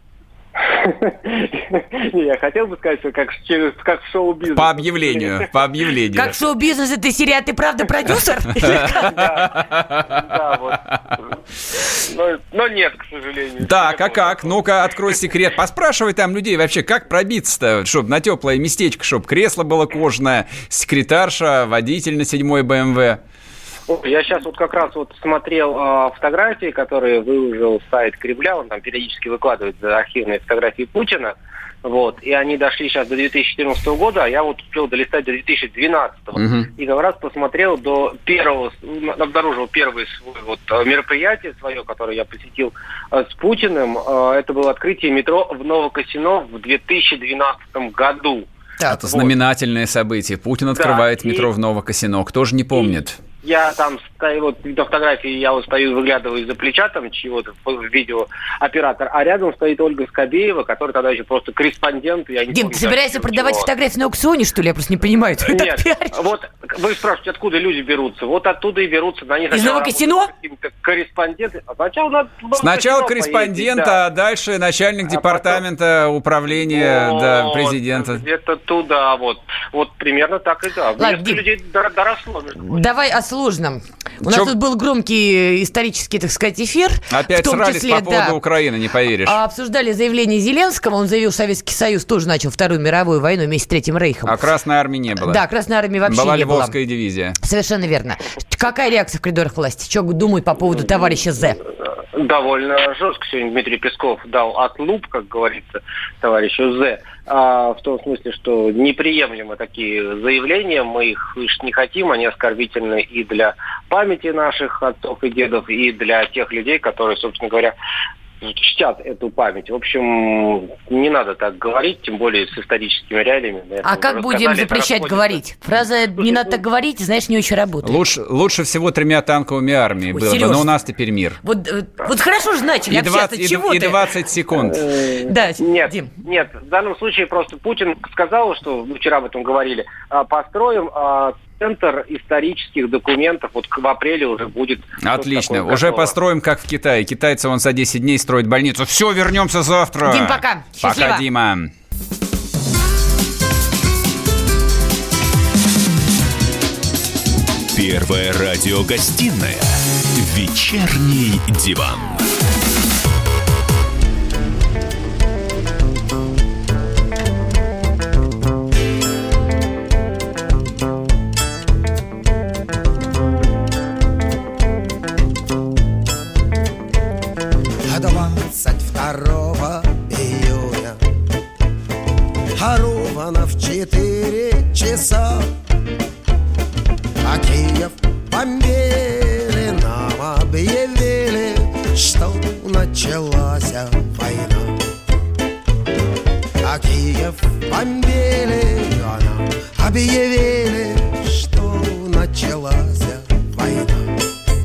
Я хотел бы сказать, что как в шоу-бизнесе. По объявлению. Как в шоу-бизнесе ты серия «Ты правда продюсер»? Да, вот. Но нет, к сожалению. Так, а как? Ну-ка, открой секрет. Поспрашивай там людей вообще, как пробиться-то, чтобы на теплое местечко, чтобы кресло было кожаное, секретарша, водитель на 7-й БМВ. Я сейчас вот как раз вот смотрел фотографии, которые выложил сайт Кремля, он там периодически выкладывает архивные фотографии Путина, вот, и они дошли сейчас до 2014 года, а я вот успел долистать до 2012. И как раз посмотрел обнаружил первое свое мероприятие свое, которое я посетил с Путиным. Это было открытие метро в Новокосино в 2012 году. Это знаменательное событие. Путин открывает метро в Новокосино. Кто же не помнит? Я там стою, вот на фотографии я вот стою, выглядываю из-за плеча там чего-то, видеооператор, а рядом стоит Ольга Скобеева, которая тогда еще просто корреспондент. Дим, ты собираешься продавать фотографии на аукционе, что ли? Я просто не понимаю. Нет, вот вы спрашиваете, откуда люди берутся. Вот оттуда и берутся. Из Новокосино? Корреспонденты. Сначала корреспондент, а дальше начальник департамента управления президента. Где-то туда вот. Вот примерно так и да. Ладно, Дим, людей доросло. давай о сложном. У нас тут был громкий исторический, так сказать, эфир. Опять срались по поводу Украины, не поверишь. Обсуждали заявление Зеленского. Он заявил, что Советский Союз тоже начал Вторую мировую войну вместе с Третьим Рейхом. А Красной армии не было. Да, Красной армии вообще была не было. Была Львовская дивизия. Совершенно верно. Какая реакция в коридорах власти? Что думают по поводу товарища З? Довольно жестко сегодня Дмитрий Песков дал отлуп, как говорится, товарищу З. В том смысле, что неприемлемы такие заявления, мы их слышать не хотим, они оскорбительны и для памяти наших отцов и дедов, и для тех людей, которые, собственно говоря, чтят эту память. В общем, не надо так говорить, тем более с историческими реалиями. А как будем запрещать говорить? Фраза «не надо так говорить», знаешь, не очень работает. Лучше всего 3 танковыми армиями было бы, но у нас теперь мир. Вот хорошо же начали общаться, чего ты? И 20 секунд. Да, Дим. Нет, в данном случае просто Путин сказал, что мы вчера об этом говорили, построим центр исторических документов, вот в апреле уже будет... Отлично, уже построим, как в Китае. Китайцы вон за 10 дней строят больницу. Все, вернемся завтра. Дим, пока. Счастливо. Пока, Дима. Первая радиогостинная «Вечерний диван». Июня ровно в 4 часа а Киев бомбили, нам объявили, что началась война. А Киев бомбили, а нам объявили, что началась война.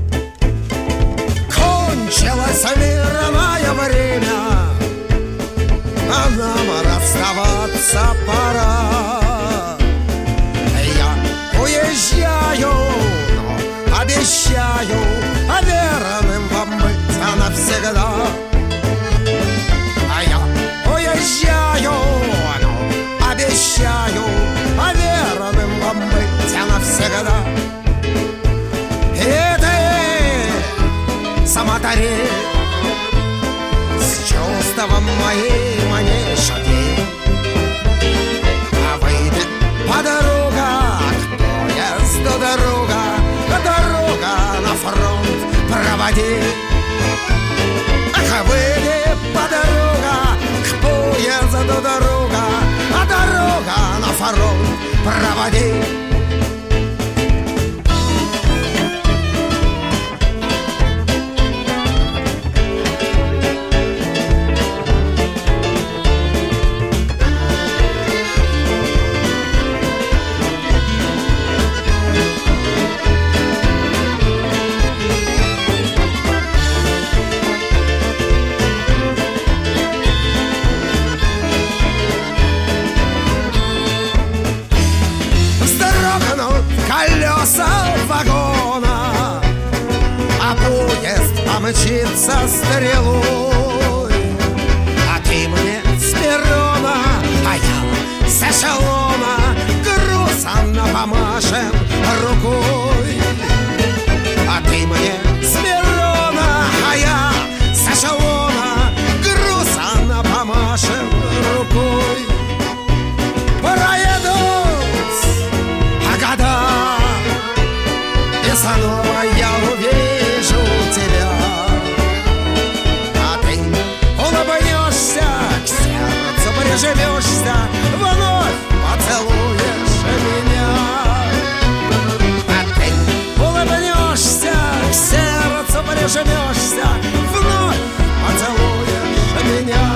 Кончилось мирное время, а нам расставаться пора. Я уезжаю, но обещаю верным вам быть навсегда. А я уезжаю, но обещаю верным вам быть навсегда. И ты, самотари, с чувством моим не шаги, а выйди, подруга, к поезду дорога, дорога на фронт проводи. Ах, выйди, подруга, к поезду дорога, дорога на фронт проводи. Вагона, а поезд помчится стрелой. А ты мне с перрона, а я с эшелона, грустно помашем рукой. А ты мне с перрона, а я с эшелона, грустно помашем рукой. Проедут года, и снова я увижу тебя, а ты улыбнешься, к сердцу прижмешься, вновь поцелуешь меня. А ты улыбнешься, к сердцу прижмешься, вновь поцелуешь меня.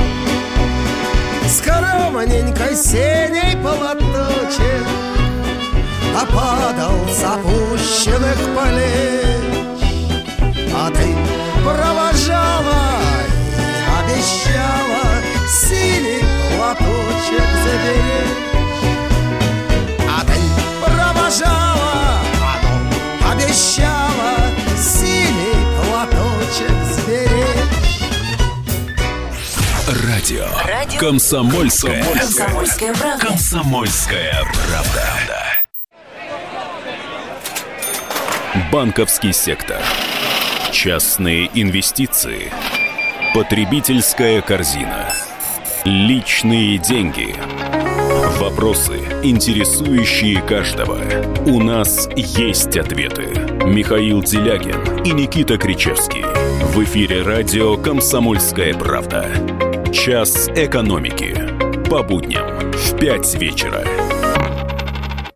Скромненько синей полоточек опадал с опущенных плеч, а ты провожала и обещала синий платочек заберечь. А ты провожала, а обещала синий платочек сберечь. Радио Комсомольская правда. Комсомольская правда. Банковский сектор. Частные инвестиции. Потребительская корзина. Личные деньги. Вопросы, интересующие каждого. У нас есть ответы. Михаил Делягин и Никита Кричевский. В эфире радио «Комсомольская правда». Час экономики. По будням в 5 вечера.